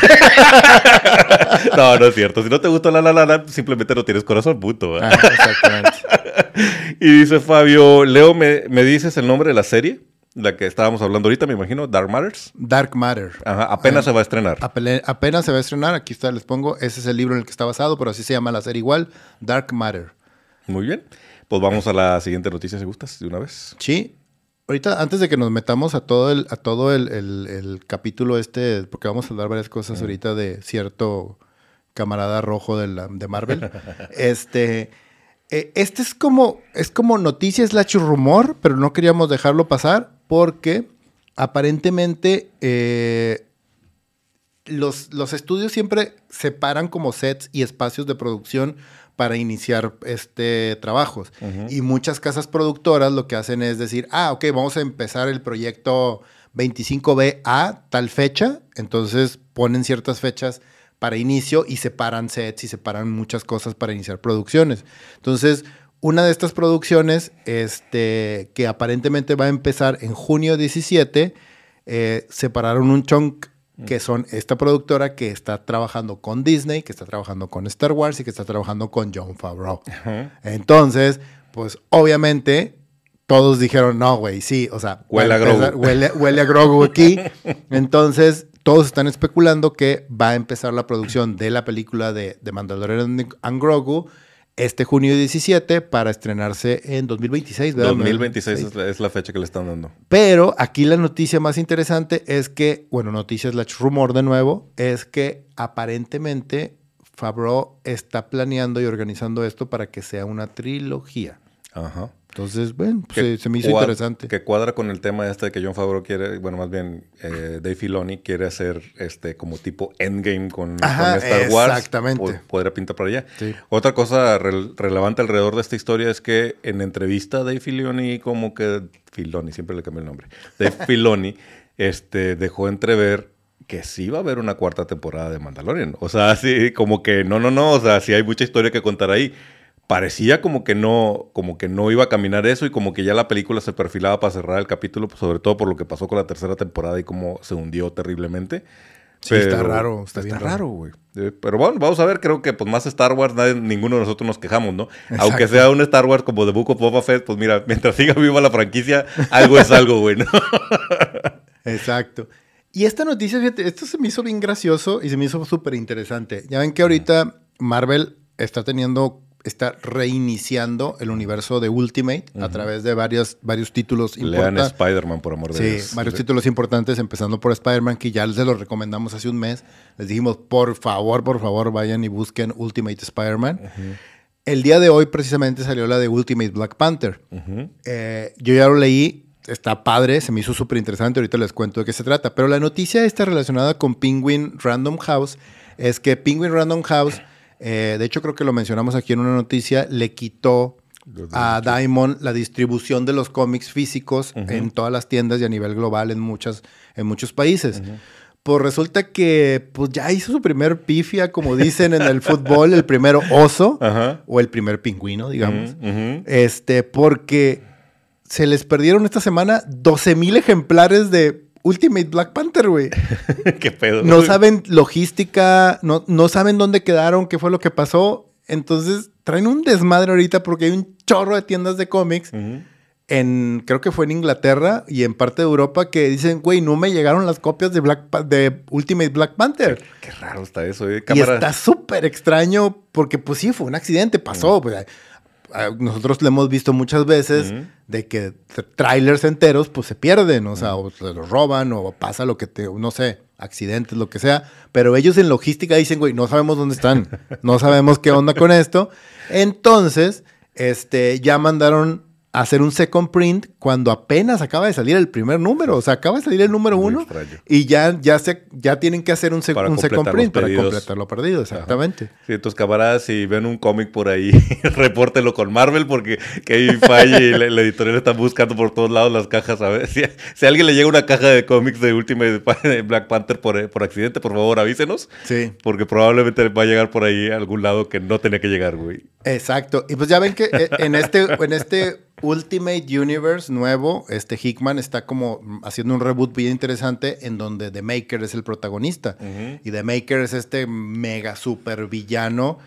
No es cierto. Si no te gustó La La Land, simplemente no tienes corazón, punto.
Exactamente.
Y dice Fabio, Leo, ¿me dices el nombre de la serie? La que estábamos hablando ahorita, me imagino, Dark Matters.
Dark Matter.
Ajá, apenas se va a estrenar.
Apenas se va a estrenar, aquí está, les pongo, ese es el libro en el que está basado, pero así se llama la serie igual, Dark Matter.
Muy bien. Pues vamos a la siguiente noticia, si gustas, de una vez.
Sí. Ahorita, antes de que nos metamos a todo el capítulo porque vamos a hablar varias cosas ahorita de cierto camarada rojo de Marvel. Este es como noticia / rumor, pero no queríamos dejarlo pasar porque aparentemente los estudios siempre separan como sets y espacios de producción para iniciar trabajos. Y muchas casas productoras lo que hacen es decir, ok, vamos a empezar el proyecto 25B a tal fecha. Entonces ponen ciertas fechas para inicio y separan sets y separan muchas cosas para iniciar producciones. Entonces, una de estas producciones que aparentemente va a empezar en junio 17, separaron un chunk que son esta productora que está trabajando con Disney, que está trabajando con Star Wars y que está trabajando con Jon Favreau. Entonces, pues obviamente todos dijeron, no, güey, sí, o sea, huele a Grogu aquí. Entonces, todos están especulando que va a empezar la producción de la película de Mandalorian and Grogu junio 17 para estrenarse en 2026, ¿verdad?
2026 es la fecha que le están dando.
Pero aquí la noticia más interesante es que, noticia / rumor de nuevo, es que aparentemente Favreau está planeando y organizando esto para que sea una trilogía.
Ajá.
Entonces, se me hizo interesante.
Que cuadra con el tema de que Jon Favreau quiere, más bien Dave Filoni quiere hacer como tipo Endgame con Star Wars.
Exactamente.
Podría pintar para allá.
Sí.
Otra cosa relevante alrededor de esta historia es que en entrevista Dave Filoni, siempre le cambié el nombre. Dave Filoni dejó entrever que sí va a haber una cuarta temporada de Mandalorian. O sea, sí, como que no. O sea, sí hay mucha historia que contar ahí. Parecía como que no iba a caminar eso y como que ya la película se perfilaba para cerrar el capítulo, pues, sobre todo por lo que pasó con la tercera temporada y cómo se hundió terriblemente.
Sí, está raro. Está bien
raro, güey. Pero bueno, vamos a ver, creo que pues más Star Wars, ninguno de nosotros nos quejamos, ¿no?
Exacto.
Aunque sea un Star Wars como The Book of Boba Fett, pues mira, mientras siga viva la franquicia, algo es algo, güey, ¿no?
Exacto. Y esta noticia, fíjate, esto se me hizo bien gracioso y se me hizo súper interesante. Ya ven que ahorita Marvel está reiniciando el universo de Ultimate a través de varios títulos importantes.
Lean Spider-Man, por amor de Dios.
Sí, varios títulos importantes, empezando por Spider-Man, que ya les los recomendamos hace un mes. Les dijimos, por favor, vayan y busquen Ultimate Spider-Man. El día de hoy, precisamente, salió la de Ultimate Black Panther. Yo ya lo leí. está padre, se me hizo súper interesante, ahorita les cuento de qué se trata. Pero la noticia está relacionada con Penguin Random House, es que Penguin Random House, de hecho creo que lo mencionamos aquí en una noticia, le quitó a Diamond la distribución de los cómics físicos en todas las tiendas y a nivel global en muchos países. Pues resulta que pues ya hizo su primer pifia, como dicen en el fútbol, el primer oso o el primer pingüino, digamos. Porque se les perdieron esta semana 12,000 ejemplares de Ultimate Black Panther, güey.
¿Qué pedo?
No saben logística, no saben dónde quedaron, qué fue lo que pasó. Entonces traen un desmadre ahorita porque hay un chorro de tiendas de cómics creo que fue en Inglaterra y en parte de Europa que dicen, güey, no me llegaron las copias de Ultimate Black Panther.
Qué raro está eso,
Y está súper extraño porque pues sí, fue un accidente, pasó. Pues, nosotros lo hemos visto muchas veces de que trailers enteros pues se pierden, o sea, o se los roban o pasa lo que no sé, accidentes, lo que sea. Pero ellos en logística dicen, güey, no sabemos dónde están, no sabemos qué onda con esto. Entonces, ya mandaron a hacer un second print cuando apenas acaba de salir el primer número. O sea, acaba de salir el número 1 y ya tienen que hacer un second print para completar lo perdido. Exactamente.
Sí, entonces, camaradas, si ven un cómic por ahí, repórtelo con Marvel porque Kevin Feige y la editorial están buscando por todos lados las cajas. A ver, si a alguien le llega una caja de cómics de Ultimate Black Panther por accidente, por favor, avísenos.
Sí.
Porque probablemente va a llegar por ahí a algún lado que no tenía que llegar, güey.
Exacto. Y pues ya ven que en este Ultimate Universe nuevo, Hickman está como haciendo un reboot bien interesante en donde The Maker es el protagonista. Y The Maker es este mega super villano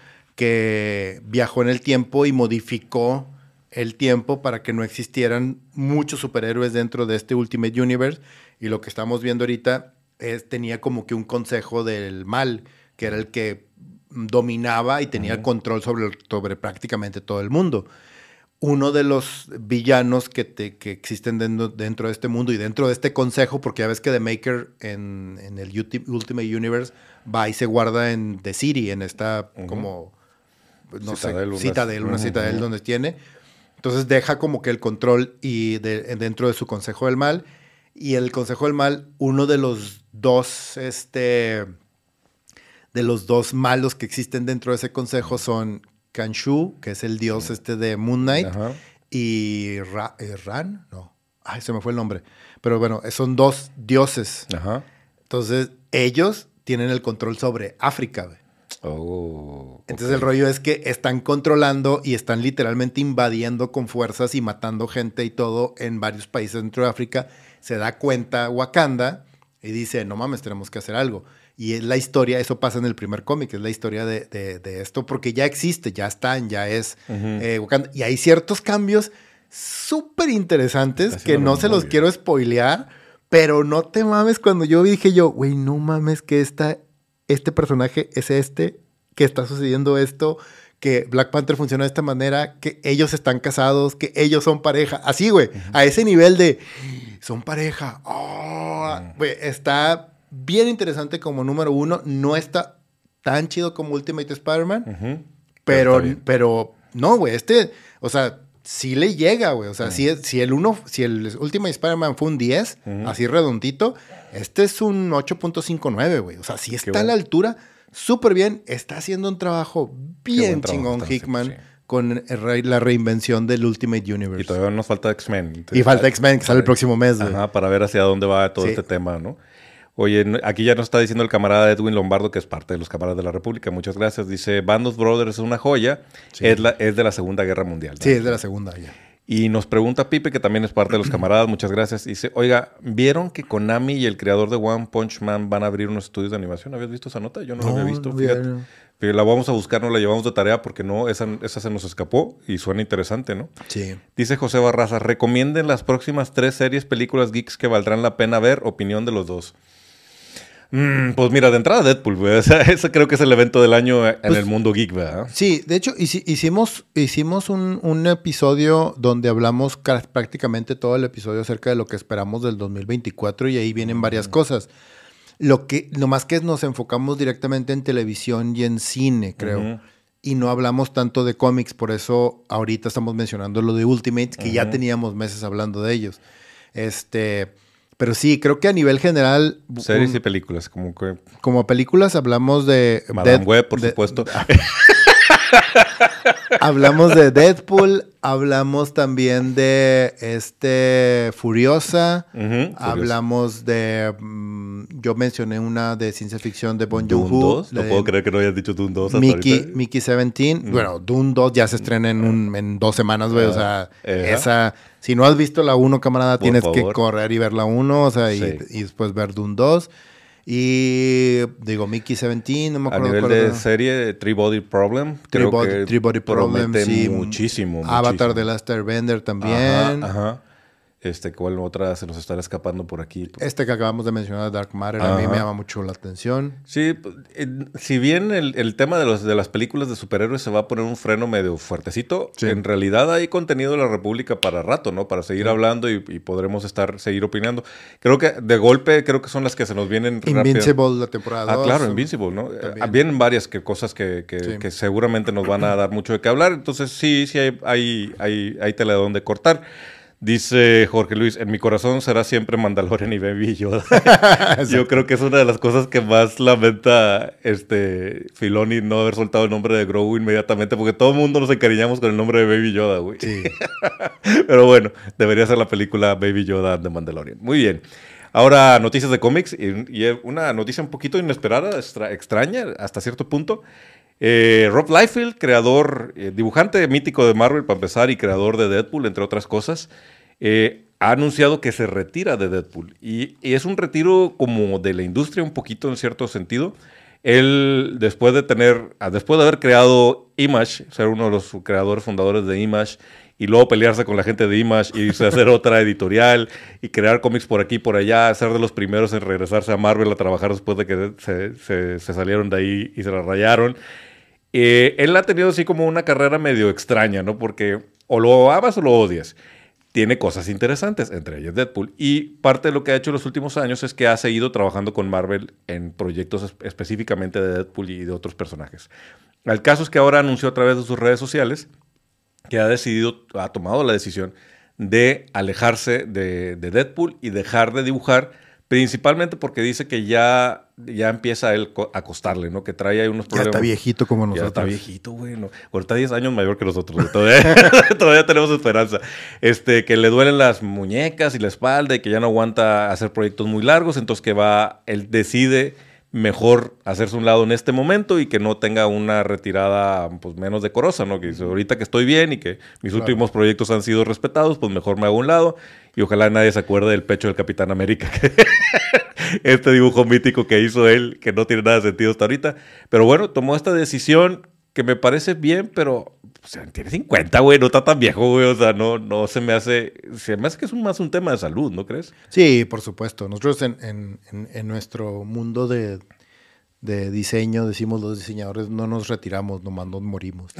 que viajó en el tiempo y modificó el tiempo para que no existieran muchos superhéroes dentro de este Ultimate Universe. Y lo que estamos viendo ahorita tenía como que un consejo del mal, que era el que dominaba y tenía el control sobre prácticamente todo el mundo. Uno de los villanos que existen dentro de este mundo y dentro de este consejo, porque ya ves que The Maker en el Ultimate Universe va y se guarda en The City, en esta como, no Citadel, una Citadel donde tiene. Entonces deja como que el control dentro de su consejo del mal. Y el consejo del mal, uno de los dos malos que existen dentro de ese consejo son Khonshu, que es el dios de Moon Knight, y Ran, no, ay, se me fue el nombre, pero bueno, son dos dioses. Entonces, ellos tienen el control sobre África, güey. Entonces el rollo es que están controlando y están literalmente invadiendo con fuerzas y matando gente y todo en varios países dentro de África. Se da cuenta Wakanda y dice, no mames, tenemos que hacer algo. Y es la historia, eso pasa en el primer cómic, es la historia de esto, porque ya existe, ya están, ya es Wakanda. Y hay ciertos cambios súper interesantes que no se los quiero spoilear, pero no te mames, cuando yo dije güey, no mames que este personaje es que está sucediendo esto, que Black Panther funciona de esta manera, que ellos están casados, que ellos son pareja. Así, güey, a ese nivel de, son pareja. Güey, está bien interesante como número 1. No está tan chido como Ultimate Spider-Man, pero no, güey, o sea, sí le llega, güey. O sea, si el Ultimate Spider-Man fue un 10, así redondito, este es un 8.59, güey. O sea, sí está a la altura, súper bien. Está haciendo un trabajo bien chingón Hickman con la reinvención del Ultimate Universe.
Y todavía nos falta X-Men.
Y falta X-Men, que sale el próximo mes, güey.
Para ver hacia dónde va todo este tema, ¿no? Oye, aquí ya nos está diciendo el camarada Edwin Lombardo, que es parte de los camaradas de la República. Muchas gracias. Dice, Band of Brothers es una joya. Sí. Es de la Segunda Guerra Mundial, ¿no?
Sí, es de la Segunda, ya.
Y nos pregunta Pipe, que también es parte de los camaradas. Muchas gracias. Dice, oiga, ¿vieron que Konami y el creador de One Punch Man van a abrir unos estudios de animación? ¿Habías visto esa nota? Yo no la había visto, fíjate. No. Pero la vamos a buscar, nos la llevamos de tarea porque no, esa se nos escapó y suena interesante, ¿no?
Sí.
Dice José Barraza, recomienden las próximas 3 series, películas geeks que valdrán la pena ver. Opinión de los dos. Pues mira, de entrada Deadpool, güey. O sea, ese creo que es el evento del año en el mundo geek, ¿verdad?
Sí, de hecho hicimos un episodio donde hablamos prácticamente todo el episodio acerca de lo que esperamos del 2024 y ahí vienen varias cosas. Lo más que nos enfocamos directamente en televisión y en cine, creo. Y no hablamos tanto de cómics, por eso ahorita estamos mencionando lo de Ultimate, que ya teníamos meses hablando de ellos. Pero sí, creo que a nivel general...
Series y películas,
como películas hablamos de...
Madame Web, por supuesto.
Hablamos de Deadpool, hablamos también de Furiosa, hablamos de... yo mencioné una de ciencia ficción de Bong Joon-ho.
No puedo creer que no hayas dicho Dune 2 hasta
Mickey
ahorita.
Mickey 17. Bueno, Dune 2 ya se estrena en 2 semanas, güey. O sea, esa... Si no has visto la 1, camarada, tienes que correr y ver la 1, o sea, y después ver Dune 2. Y digo, Mickey 17, no me acuerdo.
A nivel de serie, Three Body Problem, creo que
Three Body Problem, sí.
muchísimo.
Avatar de Last Airbender también.
Ajá. ¿Cuál otra se nos estará escapando por aquí?
Que acabamos de mencionar, Dark Matter, a mí me llama mucho la atención.
Sí, si bien el tema de las películas de superhéroes se va a poner un freno medio fuertecito, en realidad hay contenido de la República para rato, ¿no? Para seguir hablando y podremos seguir opinando. Creo que de golpe, que son las que se nos vienen
Invincible rápido. La temporada 2.
Claro, Invincible, ¿no? Vienen varias cosas que seguramente nos van a dar mucho de qué hablar. Entonces sí hay tela de donde cortar. Dice Jorge Luis, en mi corazón será siempre Mandalorian y Baby Yoda. Yo creo que es una de las cosas que más lamenta Filoni no haber soltado el nombre de Grogu inmediatamente, porque todo el mundo nos encariñamos con el nombre de Baby Yoda, güey.
Sí.
Pero bueno, debería ser la película Baby Yoda de Mandalorian. Muy bien. Ahora, noticias de cómics y una noticia un poquito inesperada, extraña hasta cierto punto. Rob Liefeld, creador, dibujante mítico de Marvel para empezar y creador de Deadpool, entre otras cosas, ha anunciado que se retira de Deadpool. Y es un retiro como de la industria un poquito en cierto sentido. Él, después de haber creado Image, ser uno de los creadores fundadores de Image, y luego pelearse con la gente de Image y hacer otra editorial y crear cómics por aquí y por allá, ser de los primeros en regresarse a Marvel a trabajar después de que se salieron de ahí y se la rayaron. Él ha tenido así como una carrera medio extraña, ¿no? Porque o lo amas o lo odias. Tiene cosas interesantes, entre ellas Deadpool. Y parte de lo que ha hecho en los últimos años es que ha seguido trabajando con Marvel en proyectos específicamente de Deadpool y de otros personajes. El caso es que ahora anunció a través de sus redes sociales que ha tomado la decisión de alejarse de Deadpool y dejar de dibujar, principalmente porque dice que ya empieza a él a costarle, ¿no? Que trae ahí unos problemas.
Ya está viejito como nosotros.
Ya está viejito, güey. ¿No? Ahorita 10 años mayor que nosotros. Todavía tenemos esperanza. Que le duelen las muñecas y la espalda y que ya no aguanta hacer proyectos muy largos. Entonces él decide mejor hacerse un lado en este momento y que no tenga una retirada pues menos decorosa, ¿no? Que dice, ahorita que estoy bien y que mis últimos proyectos han sido respetados, pues mejor me hago un lado y ojalá nadie se acuerde del pecho del Capitán América. Este dibujo mítico que hizo él, que no tiene nada de sentido hasta ahorita. Pero bueno, tomó esta decisión que me parece bien, pero o sea, tiene 50, güey, no está tan viejo, güey. O sea, no se me hace que es más un tema de salud, ¿no crees?
Sí, por supuesto. Nosotros en nuestro mundo de diseño, decimos los diseñadores, no nos retiramos, nomás nos morimos.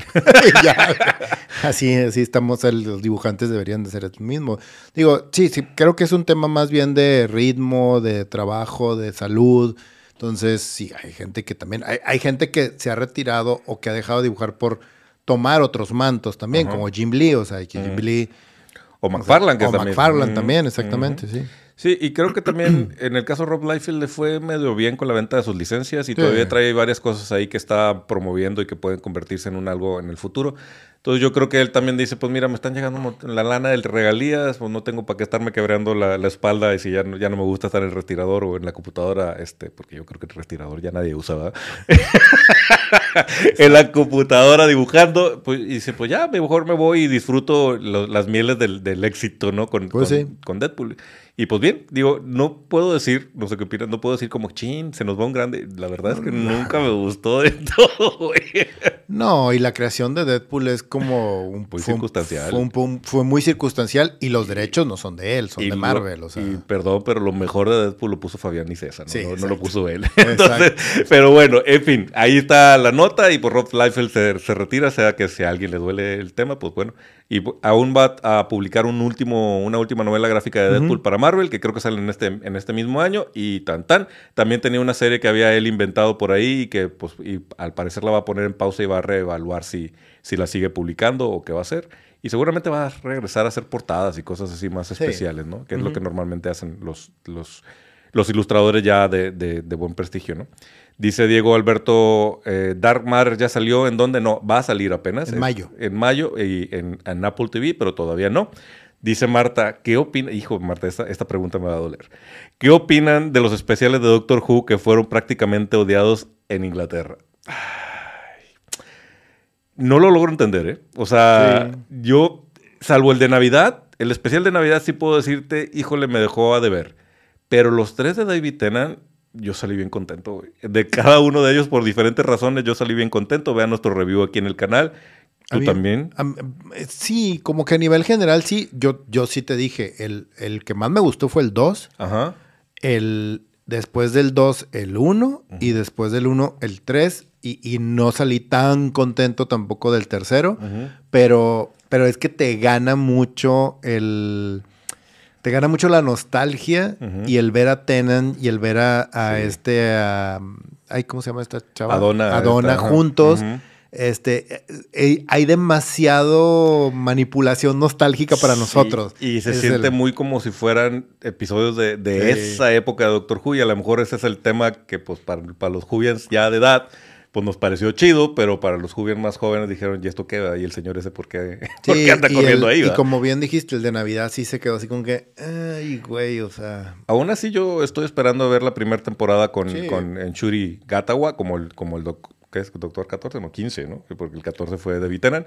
Así estamos, los dibujantes deberían de ser el mismo. Digo, sí, creo que es un tema más bien de ritmo, de trabajo, de salud. Entonces, sí, hay gente que también, hay gente que se ha retirado o que ha dejado de dibujar por tomar otros mantos también, como Jim Lee, o sea, que Jim Lee...
O McFarlane,
o McFarlane también, exactamente, sí.
Sí, y creo que también en el caso de Rob Liefeld le fue medio bien con la venta de sus licencias y todavía trae varias cosas ahí que está promoviendo y que pueden convertirse en algo en el futuro. Entonces yo creo que él también dice, pues mira, me están llegando la lana de regalías, pues no tengo para qué estarme quebrando la espalda y si ya no me gusta estar en el respirador o en la computadora, porque yo creo que el respirador ya nadie usa, ¿verdad? En la computadora dibujando, pues, y dice, pues ya, mejor me voy y disfruto las mieles del éxito, ¿no? Con Deadpool. Y pues bien, digo, no puedo decir, no sé qué opinan, no puedo decir como, chin, se nos va un grande. La verdad es que nunca me gustó de todo, güey.
No, y la creación de Deadpool es como
muy circunstancial.
Fue muy circunstancial y los derechos no son de él, son de Marvel. O sea.
Y perdón, pero lo mejor de Deadpool lo puso Fabián y César, ¿no?
Sí,
no lo puso él. Entonces, pero bueno, en fin, ahí está la nota y por Rob Liefeld se retira, sea que si a alguien le duele el tema, pues bueno, Y aún va a publicar una última novela gráfica de Deadpool para Marvel, que creo que sale en este mismo año. Y también tenía una serie que había él inventado por ahí y que pues, y al parecer la va a poner en pausa y va a reevaluar si la sigue publicando o qué va a hacer. Y seguramente va a regresar a hacer portadas y cosas así más especiales, ¿no? Que es lo que normalmente hacen los ilustradores ya de buen prestigio, ¿no? Dice Diego Alberto, Dark Matter ya salió. ¿En dónde? No, va a salir apenas.
En mayo.
En mayo y en Apple TV, pero todavía no. Dice Marta, ¿qué opina? Hijo, Marta, esta pregunta me va a doler. ¿Qué opinan de los especiales de Doctor Who que fueron prácticamente odiados en Inglaterra? No lo logro entender, ¿eh? O sea, sí. Yo, salvo el de Navidad, el especial de Navidad sí puedo decirte, híjole, me dejó a deber. Pero los 3 de David Tennant, yo salí bien contento, güey. De cada uno de ellos, por diferentes razones, yo salí bien contento. Vean nuestro review aquí en el canal. ¿Tú también?
Sí, como que a nivel general, sí. Yo sí te dije, el que más me gustó fue el 2.
Ajá.
Después del 2, el 1. Y después del 1, el 3. Y no salí tan contento tampoco del tercero. Pero es que te gana mucho Te gana mucho la nostalgia y el ver a Tennant y el ver a ¿cómo se llama esta chava? Adona juntos. Hay demasiado manipulación nostálgica para nosotros.
Y se siente muy como si fueran episodios de esa época de Doctor Who. Y a lo mejor ese es el tema que pues para los Whovians ya de edad pues nos pareció chido, pero para los Whovians más jóvenes dijeron, ¿y esto qué va? Y el señor ese, ¿por qué anda corriendo ahí?
Y como bien dijiste, el de Navidad sí se quedó así como que, ay, güey, o sea...
Aún así yo estoy esperando ver la primera temporada con Ncuti Gatwa, como el ¿qué es? Doctor 14, no, 15, ¿no? Porque el 14 fue David Tennant.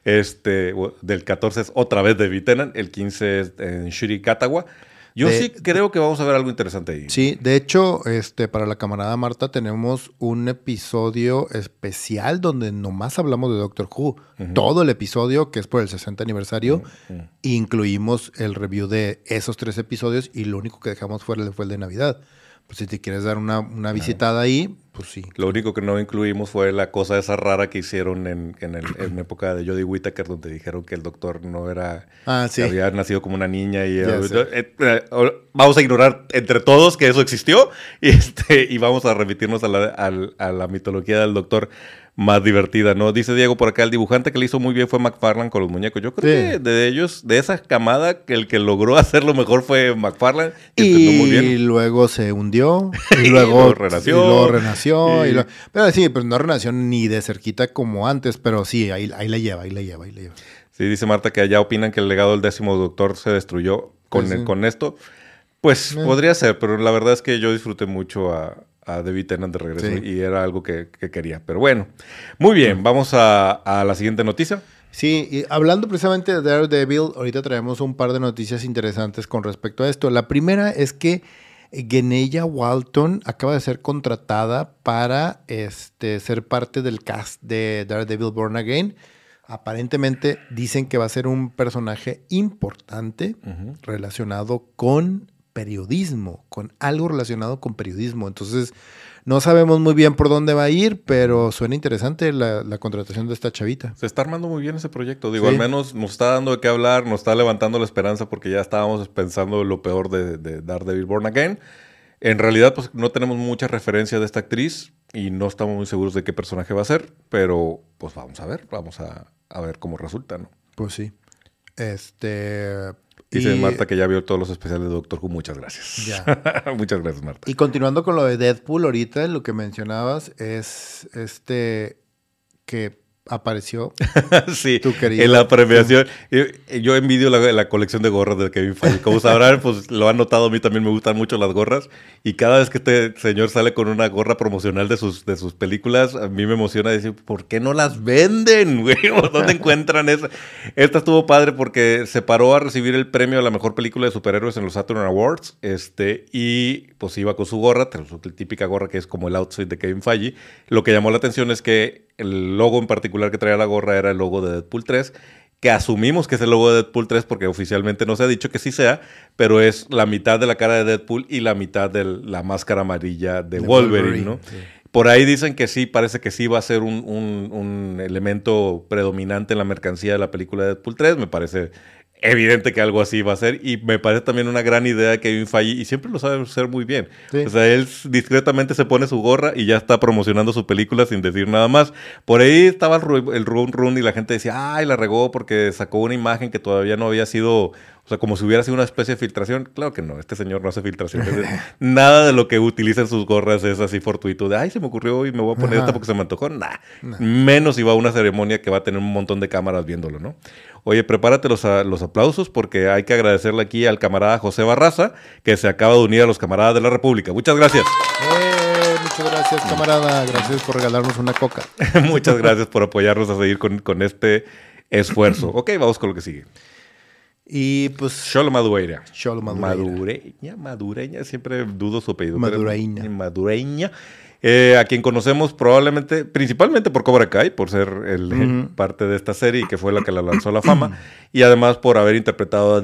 Del 14 es otra vez David Tennant, el 15 es Ncuti Gatwa. Yo sí creo que vamos a ver algo interesante ahí.
Sí, de hecho, para la camarada Marta tenemos un episodio especial donde nomás hablamos de Doctor Who. Todo el episodio, que es por el 60 aniversario, incluimos el review de esos 3 episodios y lo único que dejamos fue el de Navidad. Pues si te quieres dar una visitada ahí, pues sí.
Lo único que no incluimos fue la cosa esa rara que hicieron en época de Jodie Whittaker, donde dijeron que el doctor no era...
sí.
Había nacido como una niña y... vamos a ignorar entre todos que eso existió y vamos a remitirnos a la mitología del doctor más divertida, ¿no? Dice Diego por acá, el dibujante que le hizo muy bien fue McFarlane con los muñecos. Yo creo que de ellos, de esa camada, que el que logró hacerlo mejor fue McFarlane.
Y luego se hundió. Y luego renació. Pero sí, pues no renació ni de cerquita como antes, pero sí, ahí la lleva.
Sí, dice Marta que allá opinan que el legado del 10º Doctor se destruyó con esto. Pues podría ser, pero la verdad es que yo disfruté mucho a David Tennant de regreso y era algo que quería. Pero bueno, muy bien, vamos a la siguiente noticia.
Sí, y hablando precisamente de Daredevil, ahorita traemos un par de noticias interesantes con respecto a esto. La primera es que Genneya Walton acaba de ser contratada para ser parte del cast de Daredevil Born Again. Aparentemente dicen que va a ser un personaje importante relacionado con periodismo, con algo relacionado con periodismo. Entonces, no sabemos muy bien por dónde va a ir, pero suena interesante la contratación de esta chavita.
Se está armando muy bien ese proyecto. Digo, al menos nos está dando de qué hablar, nos está levantando la esperanza porque ya estábamos pensando lo peor de Daredevil Born Again. En realidad, pues no tenemos mucha referencia de esta actriz y no estamos muy seguros de qué personaje va a ser, pero pues vamos a ver cómo resulta, ¿no?
Pues sí.
Dice Marta que ya vio todos los especiales de Doctor Who. Muchas gracias.
Ya.
Muchas gracias, Marta.
Y continuando con lo de Deadpool, ahorita lo que mencionabas es que apareció
sí,
tu querido,
en la premiación. Yo envidio la colección de gorras de Kevin Feige. Como sabrán, pues lo han notado, a mí también me gustan mucho las gorras. Y cada vez que este señor sale con una gorra promocional de sus películas, a mí me emociona decir, ¿por qué no las venden, güey? ¿Dónde encuentran esa? Esta estuvo padre porque se paró a recibir el premio a la mejor película de superhéroes en los Saturn Awards. Y pues iba con su gorra, su típica gorra que es como el outfit de Kevin Feige. Lo que llamó la atención es que el logo en particular que traía la gorra era el logo de Deadpool 3, que asumimos que es el logo de Deadpool 3 porque oficialmente no se ha dicho que sí sea, pero es la mitad de la cara de Deadpool y la mitad de la máscara amarilla de Wolverine, ¿no? Sí. Por ahí dicen que sí, parece que sí va a ser un elemento predominante en la mercancía de la película de Deadpool 3. Me parece evidente que algo así va a ser. Y me parece también una gran idea de Kevin Feige. Y siempre lo sabe hacer muy bien. Sí. O sea, él discretamente se pone su gorra y ya está promocionando su película sin decir nada más. Por ahí estaba el run y la gente decía, ay, la regó porque sacó una imagen que todavía no había sido... O sea, como si hubiera sido una especie de filtración. Claro que no, este señor no hace filtraciones. Nada de lo que utiliza en sus gorras es así fortuito. De, ay, se me ocurrió y me voy a poner esta porque se me antojó. Nah. Menos si va a una ceremonia que va a tener un montón de cámaras viéndolo, ¿no? Oye, prepárate los aplausos porque hay que agradecerle aquí al camarada José Barraza, que se acaba de unir a los camaradas de la República. Muchas gracias.
Muchas gracias, camarada. Gracias por regalarnos una coca.
Muchas gracias por apoyarnos a seguir con este esfuerzo. Ok, vamos con lo que sigue.
Y pues...
Xolo Madureña.
Madureña.
Siempre dudo su apellido.
Madureña.
A quien conocemos probablemente, principalmente por Cobra Kai, por ser parte de esta serie y que fue la que la lanzó a la fama. Y además por haber interpretado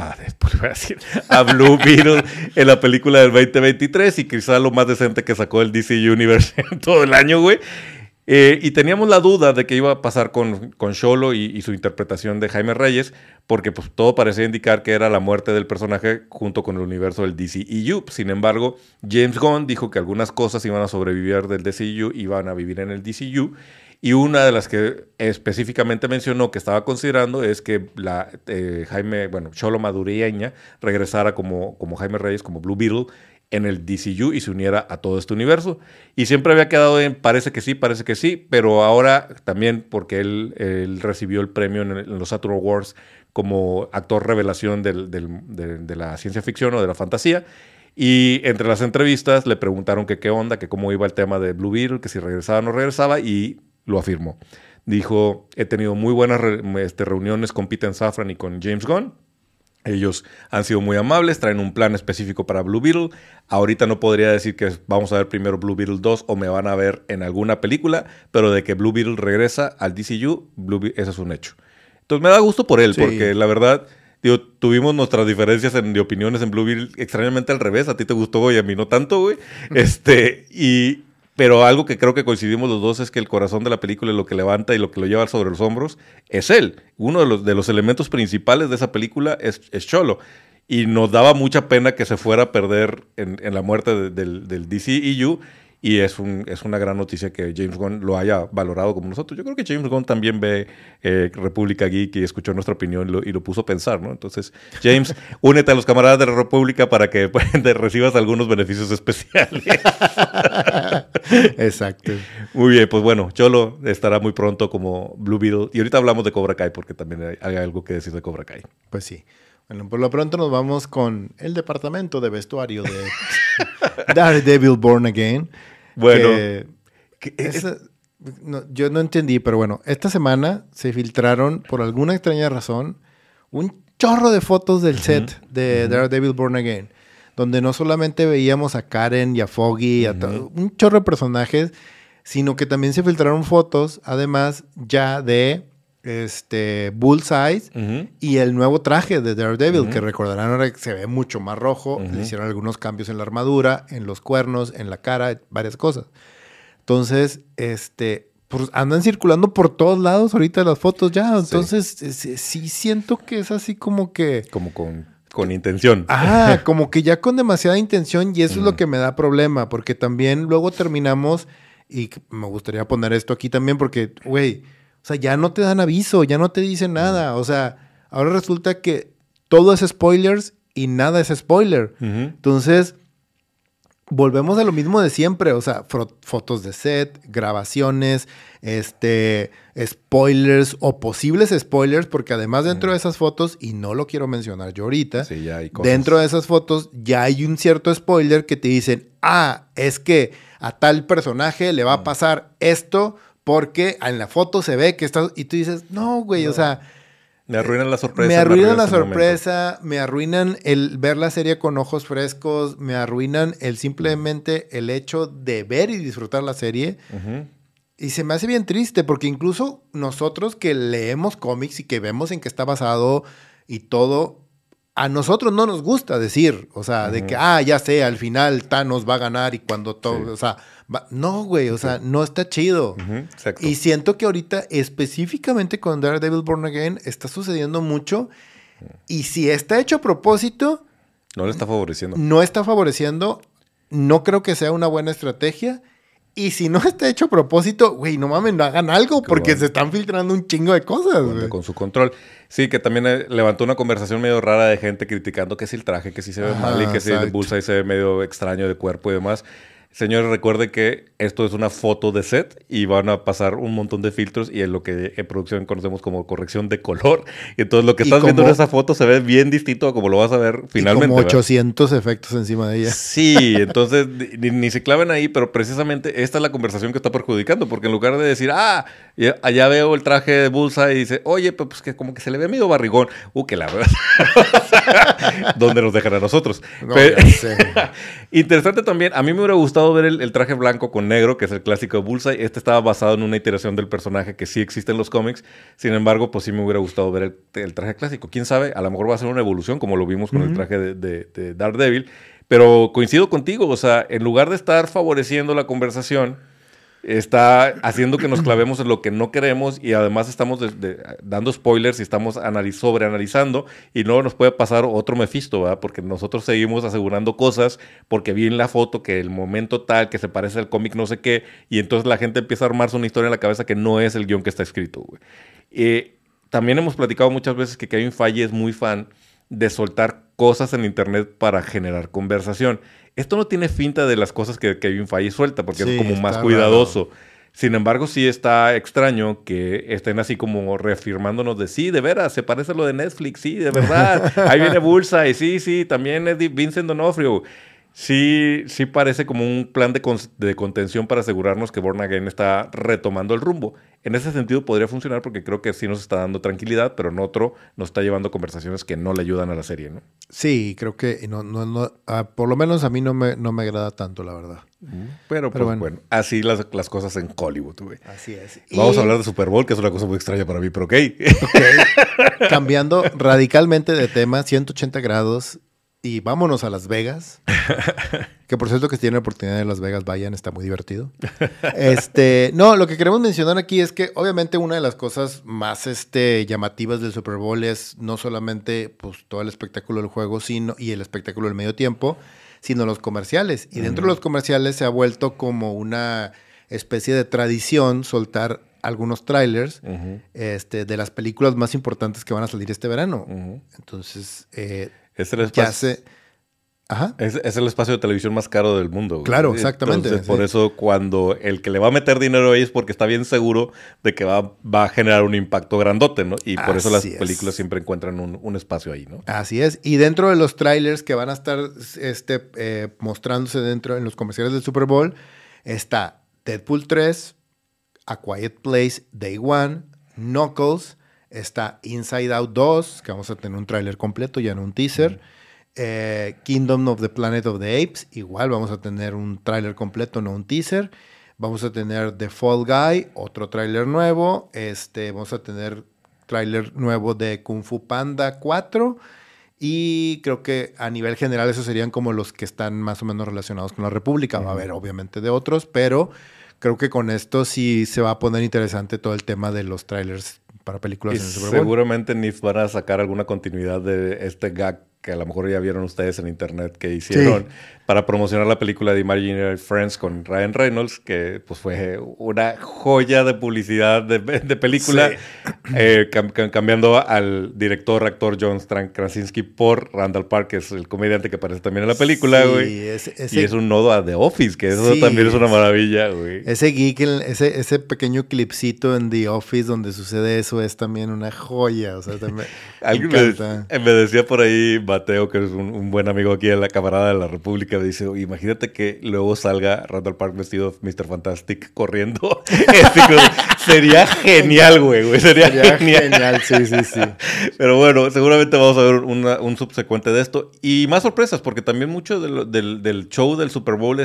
a Blue Beetle en la película del 2023 y quizá lo más decente que sacó el DC Universe en todo el año, güey. Y teníamos la duda de qué iba a pasar con Xolo y su interpretación de Jaime Reyes, porque pues, todo parecía indicar que era la muerte del personaje junto con el universo del DCEU. Sin embargo, James Gunn dijo que algunas cosas iban a sobrevivir del DCEU y iban a vivir en el DCEU. Y una de las que específicamente mencionó que estaba considerando es que Xolo Madureña regresara como Jaime Reyes, como Blue Beetle, en el DCU y se uniera a todo este universo. Y siempre había quedado en parece que sí, pero ahora también porque él recibió el premio en los Saturn Awards como actor revelación de la ciencia ficción o de la fantasía. Y entre las entrevistas le preguntaron que qué onda, que cómo iba el tema de Blue Beetle, que si regresaba o no regresaba, y lo afirmó. Dijo, he tenido muy buenas reuniones con Peter Safran y con James Gunn. Ellos han sido muy amables, traen un plan específico para Blue Beetle. Ahorita no podría decir que vamos a ver primero Blue Beetle 2 o me van a ver en alguna película, pero de que Blue Beetle regresa al DCU, eso es un hecho. Entonces me da gusto por él, porque la verdad, tuvimos nuestras diferencias de opiniones en Blue Beetle extrañamente al revés. A ti te gustó y a mí no tanto, güey. Pero algo que creo que coincidimos los dos es que el corazón de la película, lo que levanta y lo que lo lleva sobre los hombros, es él. Uno de los elementos principales de esa película es Xolo. Y nos daba mucha pena que se fuera a perder en la muerte del DCEU. Y es una gran noticia que James Gunn lo haya valorado como nosotros. Yo creo que James Gunn también ve República Geek y escuchó nuestra opinión y lo puso a pensar, ¿no? Entonces, James, únete a los camaradas de la República para que recibas algunos beneficios especiales.
Exacto.
Muy bien, pues bueno, Xolo estará muy pronto como Blue Beetle. Y ahorita hablamos de Cobra Kai porque también hay algo que decir de Cobra Kai.
Pues sí. Bueno, por lo pronto nos vamos con el departamento de vestuario de Daredevil Born Again.
Bueno,
yo no entendí, pero bueno, esta semana se filtraron, por alguna extraña razón, un chorro de fotos del set de Daredevil Born Again, donde no solamente veíamos a Karen y a Foggy, un chorro de personajes, sino que también se filtraron fotos, además, ya de Bullseye y el nuevo traje de Daredevil, que recordarán ahora que se ve mucho más rojo. Le hicieron algunos cambios en la armadura, en los cuernos, en la cara, varias cosas. Entonces, pues andan circulando por todos lados ahorita las fotos ya. Entonces, sí siento que es así como que...
Como con intención.
Como que ya con demasiada intención, y eso es lo que me da problema, porque también luego terminamos, y me gustaría poner esto aquí también, porque, güey, o sea, ya no te dan aviso, ya no te dicen nada. O sea, ahora resulta que todo es spoilers y nada es spoiler. Entonces, volvemos a lo mismo de siempre. O sea, fotos de set, grabaciones, spoilers o posibles spoilers, porque además dentro de esas fotos, y no lo quiero mencionar yo ahorita,
ya hay cosas.
Dentro de esas fotos ya hay un cierto spoiler que te dicen, es que a tal personaje le va a pasar esto, porque en la foto se ve que está... Y tú dices, no, güey, o sea...
Me arruinan la sorpresa.
Me arruinan la sorpresa, me arruinan el ver la serie con ojos frescos, me arruinan simplemente el hecho de ver y disfrutar la serie. Y se me hace bien triste, porque incluso nosotros que leemos cómics y que vemos en qué está basado y todo, a nosotros no nos gusta decir, o sea, de que, ya sé, al final Thanos va a ganar y cuando todo, o sea, no, güey, o sea, no está chido.
Exacto.
Y siento que ahorita, específicamente con Daredevil Born Again, está sucediendo mucho. Y si está hecho a propósito...
No le está favoreciendo.
No está favoreciendo. No creo que sea una buena estrategia. Y si no está hecho a propósito, güey, no mames, no hagan algo porque se están filtrando un chingo de cosas, güey.
Con su control. Sí, que también levantó una conversación medio rara de gente criticando que si el traje, que si se ve mal y que si el Bullseye se ve medio extraño de cuerpo y demás. Señores, recuerde que esto es una foto de set y van a pasar un montón de filtros y es lo que en producción conocemos como corrección de color. Y entonces lo que estás viendo en esa foto se ve bien distinto a como lo vas a ver finalmente.
Y como 800 efectos encima de ella.
Sí, entonces ni se claven ahí, pero precisamente esta es la conversación que está perjudicando, porque en lugar de decir, allá veo el traje de Bullseye y dice, oye, pues que como que se le ve medio barrigón. Que la verdad. ¿Dónde nos dejan a nosotros?
No, ya sé.
Interesante también, a mí me hubiera gustado ver el traje blanco con negro, que es el clásico de Bullseye. Este estaba basado en una iteración del personaje que sí existe en los cómics. Sin embargo, pues sí me hubiera gustado ver el traje clásico. ¿Quién sabe? A lo mejor va a ser una evolución, como lo vimos con el traje de Daredevil. Pero coincido contigo, o sea, en lugar de estar favoreciendo la conversación, está haciendo que nos clavemos en lo que no queremos y además estamos dando spoilers y estamos sobreanalizando y luego nos puede pasar otro Mephisto, ¿verdad? Porque nosotros seguimos asegurando cosas porque vi en la foto que el momento tal que se parece al cómic no sé qué y entonces la gente empieza a armarse una historia en la cabeza que no es el guión que está escrito, güey. También hemos platicado muchas veces que Kevin Feige es muy fan de soltar cosas en internet para generar conversación. Esto no tiene finta de las cosas que Kevin Feige suelta, porque es como más cuidadoso. Raro. Sin embargo, sí está extraño que estén así como reafirmándonos de sí, de veras, se parece a lo de Netflix, sí, de verdad. Ahí viene Bullseye, sí, también es Vincent D'Onofrio. Sí parece como un plan de contención para asegurarnos que Born Again está retomando el rumbo. En ese sentido podría funcionar porque creo que sí nos está dando tranquilidad, pero en otro nos está llevando conversaciones que no le ayudan a la serie, ¿no?
Sí, creo que por lo menos a mí no me agrada tanto, la verdad.
Pero bueno, así las cosas en Hollywood, güey.
Así es.
Vamos a hablar de Super Bowl, que es una cosa muy extraña para mí, pero ok.
Cambiando radicalmente de tema, 180 grados... Y vámonos a Las Vegas. Que por cierto que si tienen la oportunidad de Las Vegas, vayan, está muy divertido. No, lo que queremos mencionar aquí es que obviamente una de las cosas más llamativas del Super Bowl es no solamente pues, todo el espectáculo del juego y el espectáculo del medio tiempo, sino los comerciales. Y dentro de los comerciales se ha vuelto como una especie de tradición soltar algunos trailers de las películas más importantes que van a salir este verano. Entonces...
Es el espacio de televisión más caro del mundo, güey.
Claro, exactamente.
Entonces, por eso cuando el que le va a meter dinero ahí es porque está bien seguro de que va a generar un impacto grandote, ¿no? Y por eso las películas siempre encuentran un espacio ahí, ¿no?
Así es. Y dentro de los trailers que van a estar mostrándose en los comerciales del Super Bowl, está Deadpool 3, A Quiet Place, Day One, Knuckles... Está Inside Out 2, que vamos a tener un tráiler completo, ya no un teaser. Kingdom of the Planet of the Apes, igual vamos a tener un tráiler completo, no un teaser. Vamos a tener The Fall Guy, otro tráiler nuevo. Vamos a tener tráiler nuevo de Kung Fu Panda 4. Y creo que a nivel general esos serían como los que están más o menos relacionados con la República. Va a haber obviamente de otros, pero creo que con esto sí se va a poner interesante todo el tema de los trailers para películas en el Super Bowl.
Seguramente NIF van a sacar alguna continuidad de este gag que a lo mejor ya vieron ustedes en internet que hicieron para promocionar la película de Imaginary Friends con Ryan Reynolds, que pues fue una joya de publicidad de película, cambiando al actor John Krasinski por Randall Park, que es el comediante que aparece también en la película, güey. Y es un nodo a The Office, que eso también es una maravilla, güey.
Ese geek, ese pequeño clipcito en The Office donde sucede eso es también una joya, o sea, también
alguien me decía por ahí, Mateo, que es un buen amigo aquí en la camarada de la República, me dice, imagínate que luego salga Randall Park vestido de Mr. Fantastic corriendo. Sería genial, güey. Sería genial,
sí.
Pero bueno, seguramente vamos a ver un subsecuente de esto. Y más sorpresas, porque también mucho del show del Super Bowl es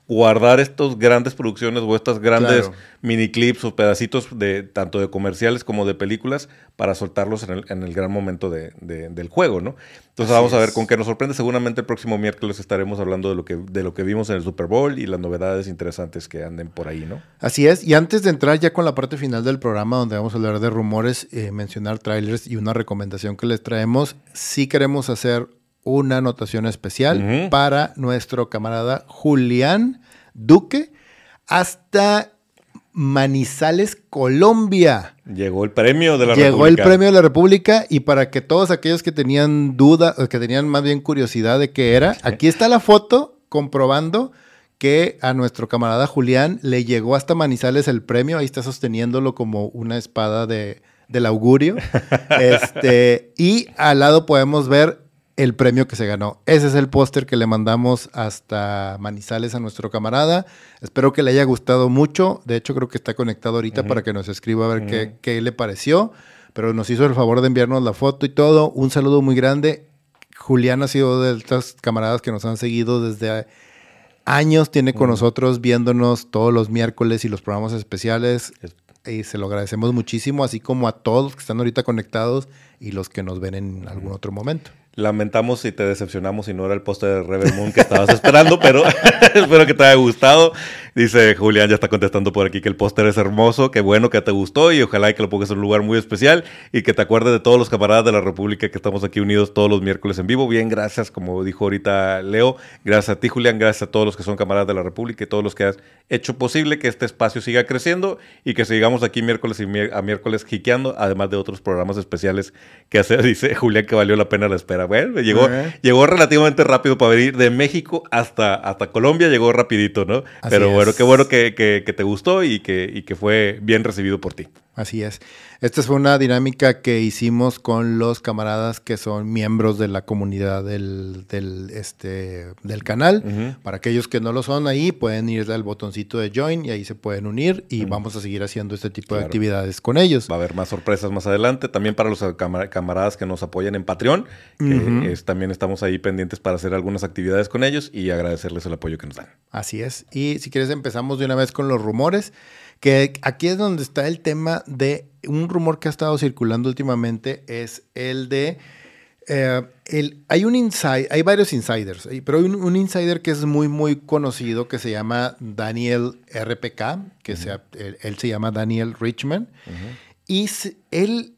guardar estos grandes producciones o estas grandes
Claro.
mini clips o pedacitos de tanto de comerciales como de películas para soltarlos en el gran momento del juego, ¿no? Entonces
Así
vamos a ver
es.
con qué nos sorprende. Seguramente el próximo miércoles estaremos hablando de lo que vimos en el Super Bowl y las novedades interesantes que anden por ahí, ¿no?
Así es, y antes de entrar ya con la parte final del programa donde vamos a hablar de rumores, mencionar trailers y una recomendación que les traemos, sí queremos hacer una anotación especial
Ujú.
para nuestro camarada Julián Duque hasta Manizales, Colombia.
Llegó el premio de la
Llegó
República.
el premio de la República y para que todos aquellos que tenían duda, o que tenían más bien curiosidad de qué era, aquí está la foto comprobando que a nuestro camarada Julián le llegó hasta Manizales el premio. Ahí está sosteniéndolo como una espada del augurio. Y al lado podemos ver el premio que se ganó. Ese es el póster que le mandamos hasta Manizales a nuestro camarada. Espero que le haya gustado mucho. De hecho, creo que está conectado ahorita para que nos escriba a ver qué le pareció. Pero nos hizo el favor de enviarnos la foto y todo. Un saludo muy grande. Julián ha sido de estas camaradas que nos han seguido desde años. Tiene con nosotros viéndonos todos los miércoles y los programas especiales. Y se lo agradecemos muchísimo, así como a todos los que están ahorita conectados y los que nos ven en algún otro momento.
Lamentamos si te decepcionamos y no era el póster de Rebel Moon que estabas esperando, pero espero que te haya gustado. Dice Julián, ya está contestando por aquí que el póster es hermoso, que bueno que te gustó y ojalá que lo pongas en un lugar muy especial y que te acuerdes de todos los camaradas de la República que estamos aquí unidos todos los miércoles en vivo. Bien, gracias, como dijo ahorita Leo. Gracias a ti, Julián, gracias a todos los que son camaradas de la República y todos los que has hecho posible que este espacio siga creciendo y que sigamos aquí miércoles a miércoles jiqueando, además de otros programas especiales que hace. Dice Julián que valió la pena la espera. Bueno, llegó relativamente rápido para venir de México hasta Colombia, llegó rapidito, ¿no?
Así
Pero bueno,
es.
qué bueno que te gustó y que fue bien recibido por ti.
Así es. Esta fue una dinámica que hicimos con los camaradas que son miembros de la comunidad del canal. Para aquellos que no lo son ahí, pueden ir al botoncito de Join y ahí se pueden unir y vamos a seguir haciendo este tipo de actividades con ellos.
Va a haber más sorpresas más adelante. También para los camaradas que nos apoyan en Patreon, que también estamos ahí pendientes para hacer algunas actividades con ellos y agradecerles el apoyo que nos dan.
Así es. Y si quieres empezamos de una vez con los rumores, que aquí es donde está el tema de un rumor que ha estado circulando últimamente, es el de... hay varios insiders, pero hay un insider que es muy, muy conocido que se llama Daniel RPK, que él se llama Daniel Richman, y él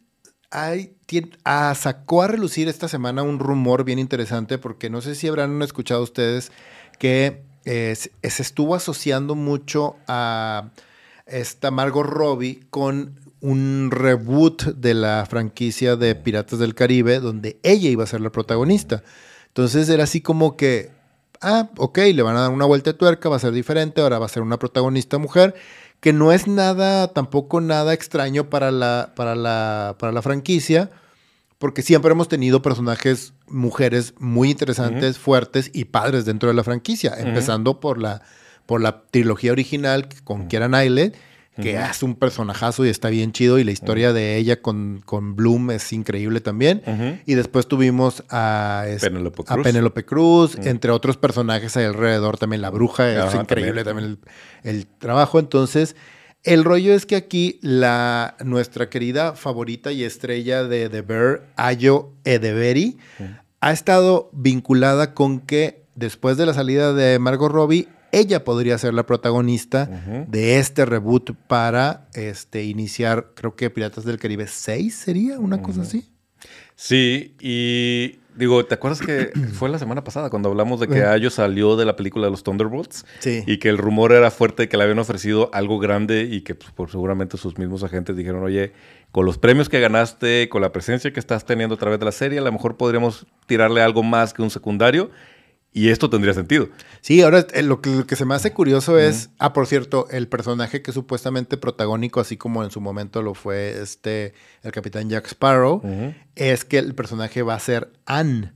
sacó a relucir esta semana un rumor bien interesante, porque no sé si habrán escuchado ustedes que se estuvo asociando mucho a esta Margot Robbie con un reboot de la franquicia de Piratas del Caribe, donde ella iba a ser la protagonista. Entonces era así como que, ok, le van a dar una vuelta de tuerca, va a ser diferente, ahora va a ser una protagonista mujer, que no es tampoco nada extraño para la franquicia, porque siempre hemos tenido personajes mujeres muy interesantes, fuertes y padres dentro de la franquicia, empezando por la trilogía original con Keira Knightley, que es un personajazo y está bien chido, y la historia de ella con Bloom es increíble también. Y después tuvimos a Penélope Cruz, entre otros personajes alrededor también. La bruja, es increíble también el trabajo. Entonces, el rollo es que aquí nuestra querida favorita y estrella de The Bear, Ayo Edebiri, ha estado vinculada con que después de la salida de Margot Robbie, ella podría ser la protagonista de este reboot para iniciar, creo que Piratas del Caribe 6 sería, una cosa así.
Sí, y digo, ¿te acuerdas que fue la semana pasada cuando hablamos de que Ayo salió de la película de los Thunderbolts?
Sí.
Y que el rumor era fuerte de que le habían ofrecido algo grande y que pues, seguramente sus mismos agentes dijeron, oye, con los premios que ganaste, con la presencia que estás teniendo a través de la serie, a lo mejor podríamos tirarle algo más que un secundario. Y esto tendría sentido.
Sí, ahora lo que se me hace curioso es... por cierto, el personaje que es supuestamente protagónico, así como en su momento lo fue el Capitán Jack Sparrow, es que el personaje va a ser Anne.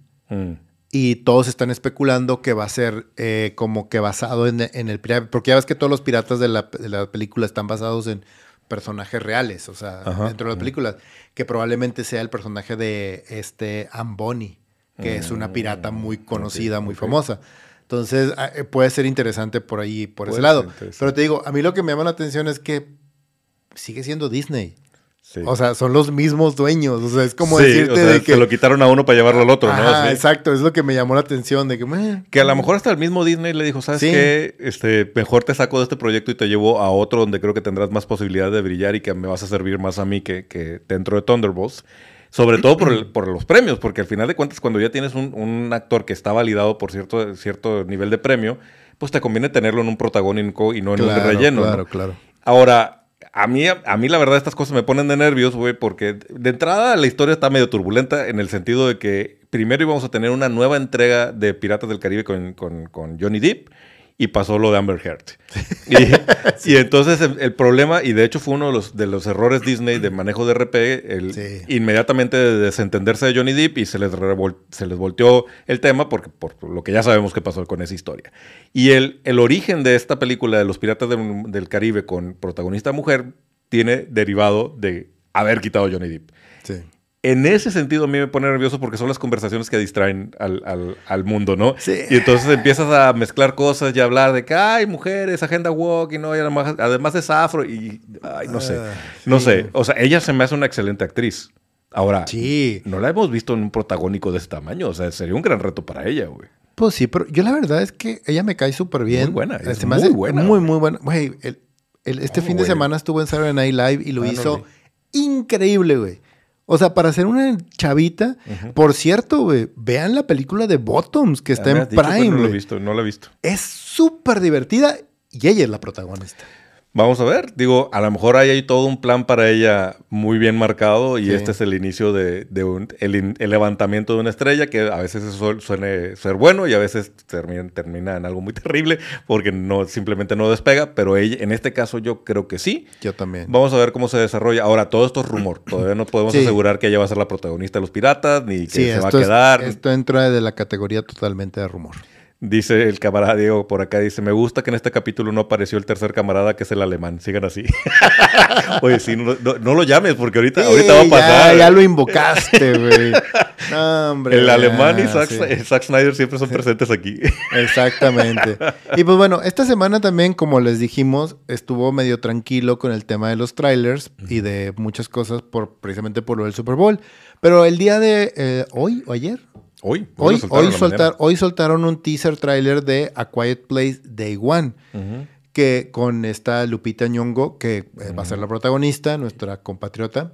Y todos están especulando que va a ser como que basado en el pirata. Porque ya ves que todos los piratas de la película están basados en personajes reales, o sea, dentro de las películas. Que probablemente sea el personaje de Anne Bonny, que es una pirata muy conocida, muy famosa. Entonces, puede ser interesante por ahí, por ese lado. Pero te digo, a mí lo que me llama la atención es que sigue siendo Disney. Sí. O sea, son los mismos dueños. O sea, es como decirte de que...
se lo quitaron a uno para llevarlo al otro, ¿no?
Sí. Exacto. Es lo que me llamó la atención. De que
a lo mejor hasta el mismo Disney le dijo, ¿sabes qué? Mejor te saco de este proyecto y te llevo a otro donde creo que tendrás más posibilidad de brillar y que me vas a servir más a mí que dentro de Thunderbolts. Sobre todo por los premios, porque al final de cuentas, cuando ya tienes un actor que está validado por cierto nivel de premio, pues te conviene tenerlo en un protagónico y no en un relleno.
Claro.
Ahora... A mí la verdad estas cosas me ponen de nervios, güey, porque de entrada la historia está medio turbulenta en el sentido de que primero íbamos a tener una nueva entrega de Piratas del Caribe con Johnny Depp y pasó lo de Amber Heard. Y entonces el problema, y de hecho fue uno de los errores Disney de manejo de RP, inmediatamente de desentenderse de Johnny Depp y se les volteó el tema por lo que ya sabemos que pasó con esa historia. Y el origen de esta película de los Piratas del Caribe con protagonista mujer tiene derivado de haber quitado a Johnny Depp. Sí. En ese sentido a mí me pone nervioso porque son las conversaciones que distraen al mundo, ¿no? Sí. Y entonces empiezas a mezclar cosas y a hablar de que hay mujeres, agenda woke y no, y además es afro y no sé. O sea, ella se me hace una excelente actriz. Ahora, no la hemos visto en un protagónico de ese tamaño. O sea, sería un gran reto para ella, güey.
Pues sí, pero yo la verdad es que ella me cae súper bien.
Muy buena.
Muy buena. Muy buena. Güey, este fin de semana estuvo en Saturday Night Live y lo hizo increíble, güey. O sea, para ser una chavita, por cierto, güey, vean la película de Bottoms, que está en Prime.
No la he visto.
Es súper divertida y ella es la protagonista.
Vamos a ver. Digo, a lo mejor hay todo un plan para ella muy bien marcado y este es el inicio de el levantamiento de una estrella que a veces eso suene ser bueno y a veces termina en algo muy terrible porque simplemente no despega, pero ella, en este caso yo creo que sí.
Yo también.
Vamos a ver cómo se desarrolla. Ahora, todo esto es rumor. Todavía no podemos asegurar que ella va a ser la protagonista de Los Piratas ni que se va a quedar.
Esto entra de la categoría totalmente de rumor.
Dice el camarada Diego por acá, dice, me gusta que en este capítulo no apareció el tercer camarada que es el alemán. Sigan así. Oye, sí, no lo llames porque ahorita va a pasar.
Ya lo invocaste, güey. No, hombre.
El alemán y Zack Snyder siempre son presentes aquí.
Exactamente. Y pues bueno, esta semana también, como les dijimos, estuvo medio tranquilo con el tema de los trailers y de muchas cosas precisamente por lo del Super Bowl. Pero el día de hoy o ayer... Hoy soltaron un teaser trailer de A Quiet Place Day One, que con esta Lupita Nyong'o, que va a ser la protagonista, nuestra compatriota,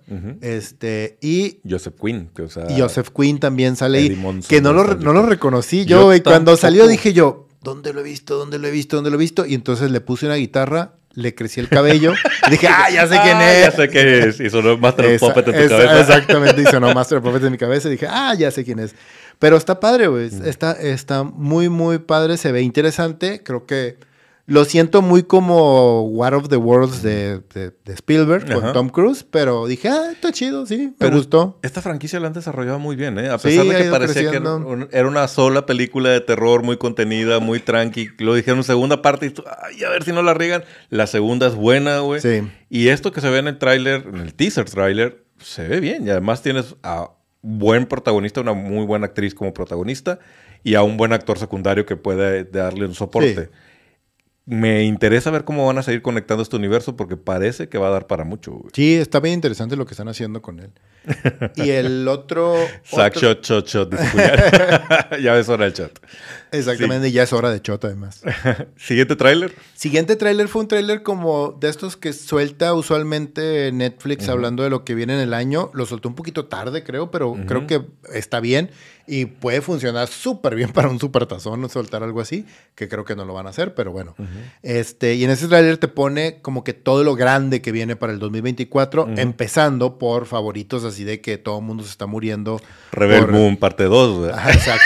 y
Joseph Quinn.
Y Joseph Quinn también sale ahí, que no lo reconocí yo, y cuando salió dije yo, ¿dónde lo he visto? Y entonces le puse una guitarra, le crecí el cabello y dije, ya sé quién es.
Ya sé quién es. Y sonó Master of Puppets en tu cabeza.
Exactamente, y sonó Master of Puppets en mi cabeza y dije, ya sé quién es. Pero está padre, güey. Está muy, muy padre. Se ve interesante. Creo que lo siento muy como War of the Worlds de Spielberg con Tom Cruise. Pero dije, está chido, sí. Me gustó.
Esta franquicia la han desarrollado muy bien, ¿eh? A pesar de que parecía que era una sola película de terror muy contenida, muy tranqui. Lo dijeron segunda parte y a ver si no la riegan. La segunda es buena, güey.
Sí.
Y esto que se ve en el tráiler, en el teaser trailer, se ve bien. Y además tienes buen protagonista, una muy buena actriz como protagonista y a un buen actor secundario que puede darle un soporte. Sí. Me interesa ver cómo van a seguir conectando este universo porque parece que va a dar para mucho, güey.
Sí, está bien interesante lo que están haciendo con él. Y el otro...
Shot. Ya ves hora del chat.
Exactamente, y ya es hora de shot además.
¿Siguiente tráiler?
Siguiente tráiler fue un tráiler como de estos que suelta usualmente Netflix hablando de lo que viene en el año. Lo soltó un poquito tarde, creo, pero creo que está bien y puede funcionar súper bien para un supertazón soltar algo así, que creo que no lo van a hacer, pero bueno. Y en ese tráiler te pone como que todo lo grande que viene para el 2024, empezando por favoritos así de que todo el mundo se está muriendo.
Rebel Moon, parte 2, güey.
Exacto,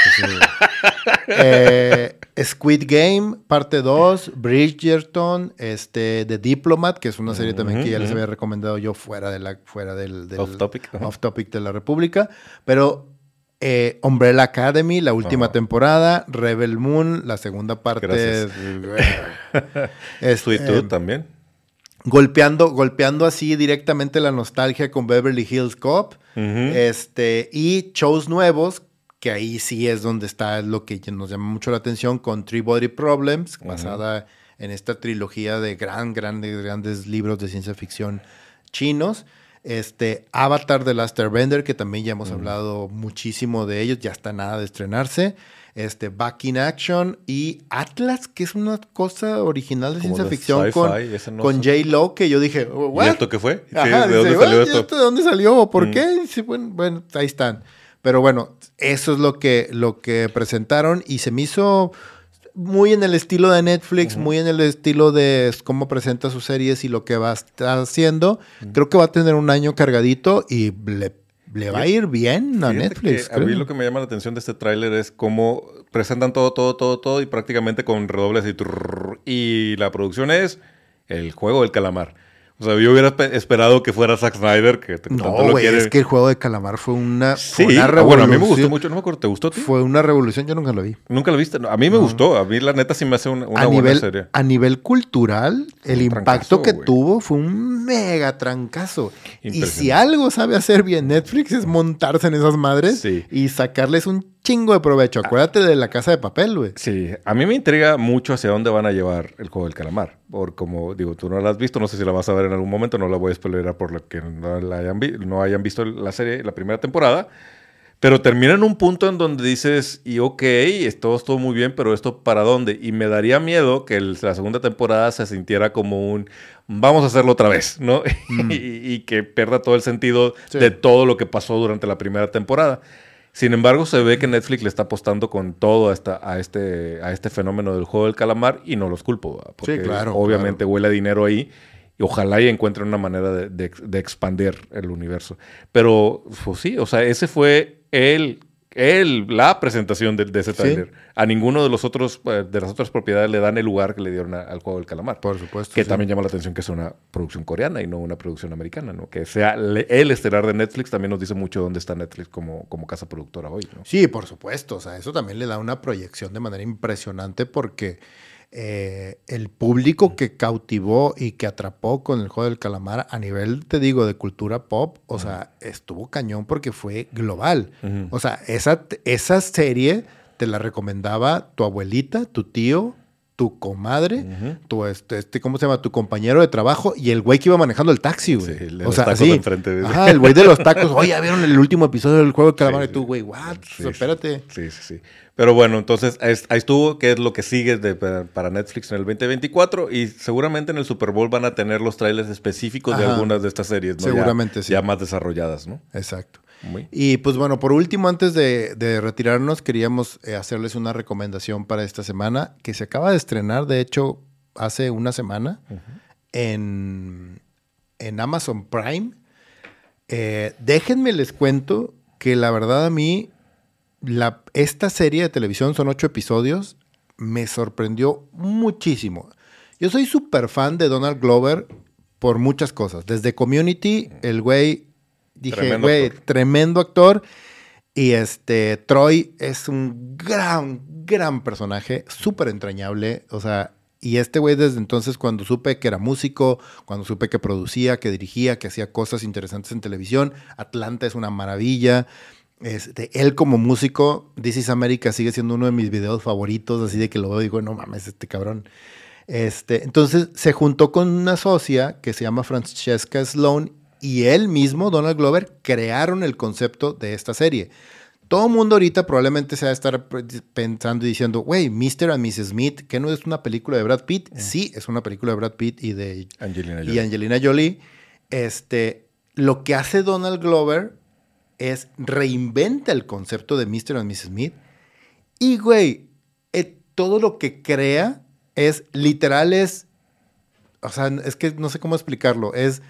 sí. Squid Game, parte 2, Bridgerton, The Diplomat, que es una serie también que ya les había recomendado yo fuera del off topic de la República, pero Umbrella Academy, la última temporada, Rebel Moon, la segunda parte.
Sweet Tooth también.
Golpeando así directamente la nostalgia con Beverly Hills Cop, y shows nuevos que ahí sí es donde está lo que nos llama mucho la atención, con Three Body Problems, basada en esta trilogía de grandes libros de ciencia ficción chinos. Avatar The Last Airbender, que también ya hemos hablado muchísimo de ellos, ya está nada de estrenarse. Back in Action y Atlas, que es una cosa original de ciencia ficción con J-Lo, que yo dije, ¿what?
¿Y esto qué fue?
Ajá,
¿De dónde salió esto?
¿De dónde salió? ¿Por qué? Sí, bueno, ahí están. Pero bueno, eso es lo que presentaron y se me hizo muy en el estilo de Netflix, muy en el estilo de cómo presenta sus series y lo que va a estar haciendo. Creo que va a tener un año cargadito y le va a ir bien a Netflix.
A mí lo que me llama la atención de este tráiler es cómo presentan todo y prácticamente con redobles y la producción es el juego del calamar. O sea, yo hubiera esperado que fuera Zack Snyder, que
tanto lo quiere. Es que el juego de calamar fue una
revolución. Bueno, a mí me gustó mucho, no me acuerdo, ¿te gustó a ti?
Fue una revolución, yo nunca lo vi.
¿Nunca lo viste? No, a mí me gustó, a mí la neta sí me hace una buena serie.
A nivel cultural, el impacto que tuvo fue un mega trancazo. Y si algo sabe hacer bien Netflix es montarse en esas madres y sacarles un chingo de provecho. Acuérdate de La Casa de Papel, güey.
Sí, a mí me intriga mucho hacia dónde van a llevar el juego del calamar. Por como digo, tú no la has visto, no sé si la vas a ver en algún momento, no la voy a spoilerar por lo que no hayan visto la serie, la primera temporada. Pero termina en un punto en donde dices, y ok, todo estuvo muy bien, pero ¿esto para dónde? Y me daría miedo que la segunda temporada se sintiera como un vamos a hacerlo otra vez, ¿no? y que pierda todo el sentido de todo lo que pasó durante la primera temporada. Sin embargo, se ve que Netflix le está apostando con todo a este fenómeno del juego del calamar y no los culpo, ¿verdad? Porque obviamente huele a dinero ahí y ojalá y encuentren una manera de expandir el universo. Pero, pues sí, o sea, ese fue la presentación de ese trailer. ¿Sí? A ninguno de las otras propiedades le dan el lugar que le dieron al juego del calamar.
Por supuesto.
Que también llama la atención que sea una producción coreana y no una producción americana, ¿no? Que sea el estelar de Netflix también nos dice mucho dónde está Netflix como casa productora hoy, ¿no?
Sí, por supuesto. O sea, eso también le da una proyección de manera impresionante porque el público que cautivó y que atrapó con el juego del calamar a nivel, te digo, de cultura pop, o sea, estuvo cañón porque fue global. O sea, esa serie te la recomendaba tu abuelita, tu tío, tu comadre, tu ¿cómo se llama? Tu compañero de trabajo y el güey que iba manejando el taxi, güey.
Sí, o sea, así.
Ajá, el güey de los tacos. Oye, ¿ya vieron el último episodio del juego del calamar? Y tú, güey, what? Espérate.
Sí. Pero bueno, entonces ahí estuvo, que es lo que sigue para Netflix en el 2024 y seguramente en el Super Bowl van a tener los trailers específicos de algunas de estas series, ¿no?
Seguramente sí.
Ya más desarrolladas, ¿no?
Exacto. Y pues bueno, por último, antes de retirarnos, queríamos hacerles una recomendación para esta semana que se acaba de estrenar, de hecho, hace una semana en Amazon Prime. Déjenme les cuento que la verdad a mí esta serie de televisión, son 8 episodios, me sorprendió muchísimo. Yo soy súper fan de Donald Glover por muchas cosas. Desde Community, el güey, dije, güey, tremendo actor. Y Troy es un gran personaje, súper entrañable. O sea, y este güey desde entonces, cuando supe que era músico, cuando supe que producía, que dirigía, que hacía cosas interesantes en televisión, Atlanta es una maravilla. Él como músico, This is America sigue siendo uno de mis videos favoritos, así de que lo veo y digo, no mames, cabrón. Entonces se juntó con una socia que se llama Francesca Sloan y él mismo, Donald Glover, crearon el concepto de esta serie. Todo el mundo ahorita probablemente se va a estar pensando y diciendo, güey, Mr. and Mrs. Smith, ¿qué no es una película de Brad Pitt? Sí, es una película de Brad Pitt y de Angelina Jolie. Lo que hace Donald Glover es reinventa el concepto de Mr. and Mrs. Smith y, güey, todo lo que crea es literal, o sea, es que no sé cómo explicarlo,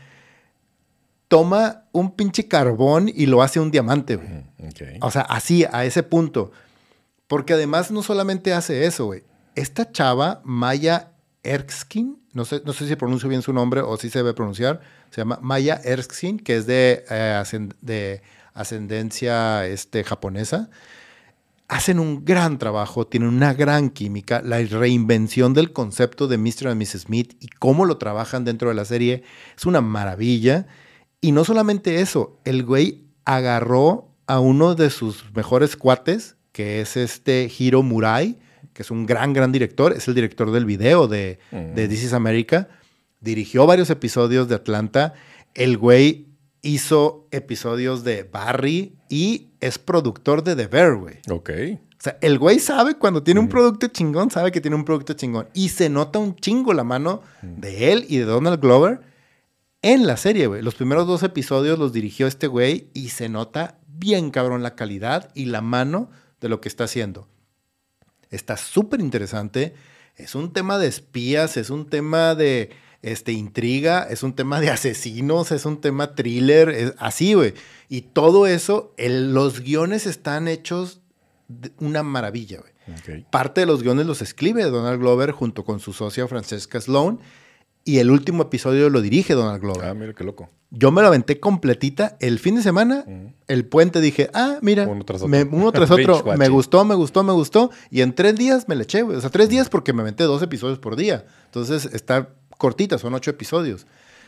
toma un pinche carbón y lo hace un diamante, güey. Okay. O sea, así, a ese punto. Porque además no solamente hace eso, güey. Esta chava, Maya Erskine, no sé si pronuncio bien su nombre o si se debe pronunciar, se llama Maya Erskine, que es de ascendencia japonesa. Hacen un gran trabajo, tienen una gran química. La reinvención del concepto de Mr. and Mrs. Smith y cómo lo trabajan dentro de la serie es una maravilla. Y no solamente eso, el güey agarró a uno de sus mejores cuates, que es Hiro Murai, que es un gran director. Es el director del video de This is America. Dirigió varios episodios de Atlanta. El güey hizo episodios de Barry y es productor de The Bear, güey.
Ok.
O sea, el güey sabe cuando tiene un producto chingón, sabe que tiene un producto chingón. Y se nota un chingo la mano de él y de Donald Glover en la serie, güey. Los primeros 2 episodios los dirigió este güey y se nota bien cabrón la calidad y la mano de lo que está haciendo. Está súper interesante. Es un tema de espías, es un tema de intriga, es un tema de asesinos, es un tema thriller, es así, güey. Y todo eso, los guiones están hechos de una maravilla, güey.
Okay.
Parte de los guiones los escribe Donald Glover junto con su socia Francesca Sloan y el último episodio lo dirige Donald Glover.
Ah, mira qué loco.
Yo me lo aventé completita el fin de semana, el puente dije, mira, uno tras otro, me gustó, y en 3 días me le eché, güey. O sea, 3 días porque me aventé 2 episodios por día. Entonces, está cortita, son 8 episodios.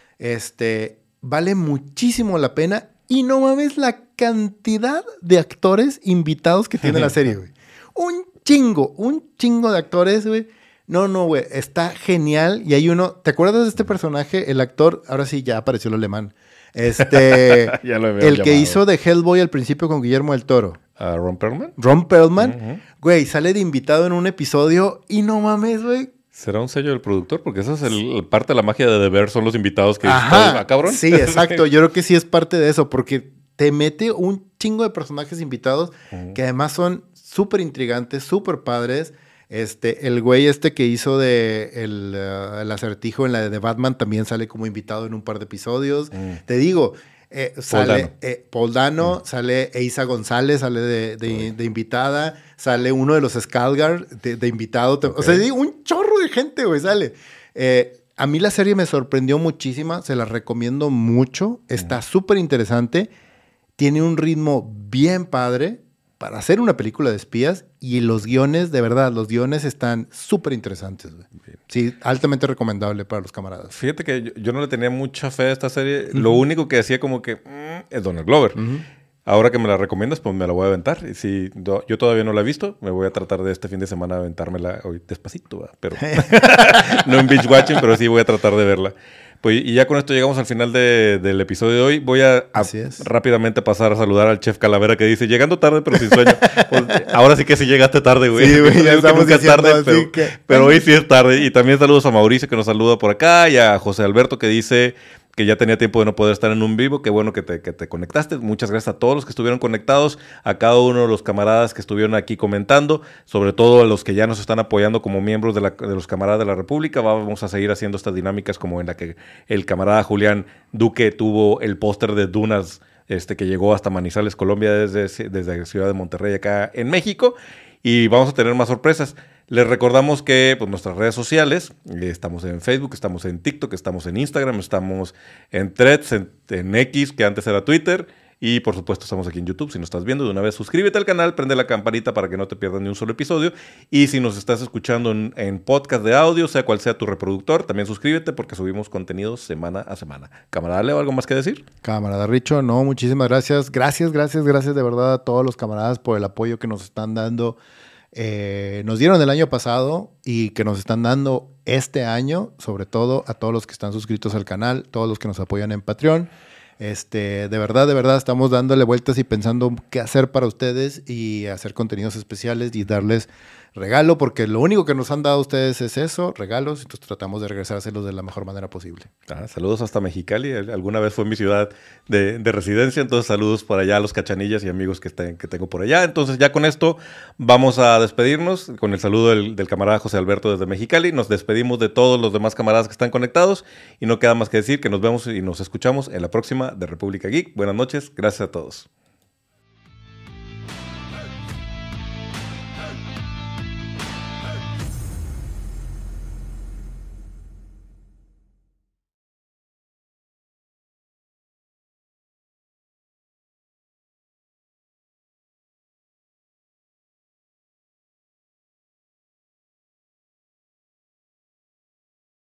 Vale muchísimo la pena y no mames la cantidad de actores invitados que tiene la serie, güey. Un chingo de actores, güey. No, güey, está genial. Y hay uno, ¿te acuerdas de este personaje? El actor, ahora sí, ya apareció el alemán.
Ya lo
el que hizo de Hellboy al principio con Guillermo del Toro.
¿Ron Perlman?
Ron Perlman. Güey, sale de invitado en un episodio y no mames, güey.
¿Será un sello del productor? Porque esa es parte de la magia de The Bear, son los invitados que... cabrón.
Sí, exacto. Yo creo que sí es parte de eso, porque te mete un chingo de personajes invitados que además son súper intrigantes, súper padres. El güey que hizo de el acertijo en la de Batman también sale como invitado en un par de episodios. Te digo, sale Paul Dano, sale Eiza González, sale de invitada, sale uno de los Skarsgård de invitado. Okay. O sea, un chorro de gente, güey, sale. A mí la serie me sorprendió muchísimo, se la recomiendo mucho, está súper interesante, tiene un ritmo bien padre para hacer una película de espías y los guiones, de verdad, los guiones están súper interesantes, güey. Sí, altamente recomendable para los camaradas.
Fíjate que yo no le tenía mucha fe a esta serie. Lo único que decía como que es Donald Glover. Ahora que me la recomiendas, pues me la voy a aventar. Y si yo todavía no la he visto, me voy a tratar de este fin de semana aventármela hoy despacito, ¿verdad? Pero no en binge watching, pero sí voy a tratar de verla. Pues, y ya con esto llegamos al final del episodio de hoy. Voy a rápidamente pasar a saludar al chef Calavera que dice, llegando tarde pero sin sueño. Pues, ahora sí que sí llegaste tarde, güey.
Sí, güey, ya estamos diciendo
tarde, pero hoy sí es tarde. Y también saludos a Mauricio que nos saluda por acá y a José Alberto que dice que ya tenía tiempo de no poder estar en un vivo. Qué bueno que te conectaste. Muchas gracias a todos los que estuvieron conectados, a cada uno de los camaradas que estuvieron aquí comentando, sobre todo a los que ya nos están apoyando como miembros de los camaradas de la República. Vamos a seguir haciendo estas dinámicas como en la que el camarada Julián Duque tuvo el póster de Dunas que llegó hasta Manizales, Colombia, desde la ciudad de Monterrey, acá en México. Y vamos a tener más sorpresas. Les recordamos que pues, nuestras redes sociales, estamos en Facebook, estamos en TikTok, estamos en Instagram, estamos en Threads, en X, que antes era Twitter, y por supuesto estamos aquí en YouTube. Si nos estás viendo de una vez, suscríbete al canal, prende la campanita para que no te pierdas ni un solo episodio. Y si nos estás escuchando en podcast de audio, sea cual sea tu reproductor, también suscríbete porque subimos contenido semana a semana. Camarada Leo, ¿algo más que decir?
Camarada Richo, no, muchísimas gracias. Gracias de verdad a todos los camaradas por el apoyo que nos están dando. Nos dieron el año pasado y que nos están dando este año, sobre todo a todos los que están suscritos al canal, todos los que nos apoyan en Patreon. De verdad estamos dándole vueltas y pensando qué hacer para ustedes y hacer contenidos especiales y darles regalo, porque lo único que nos han dado ustedes es eso, regalos, entonces tratamos de regresárselos de la mejor manera posible.
Saludos hasta Mexicali, alguna vez fue mi ciudad de residencia, entonces saludos por allá a los cachanillas y amigos que tengo por allá. Entonces ya con esto vamos a despedirnos, con el saludo del camarada José Alberto desde Mexicali. Nos despedimos de todos los demás camaradas que están conectados y no queda más que decir que nos vemos y nos escuchamos en la próxima de República Geek. Buenas noches, gracias a todos.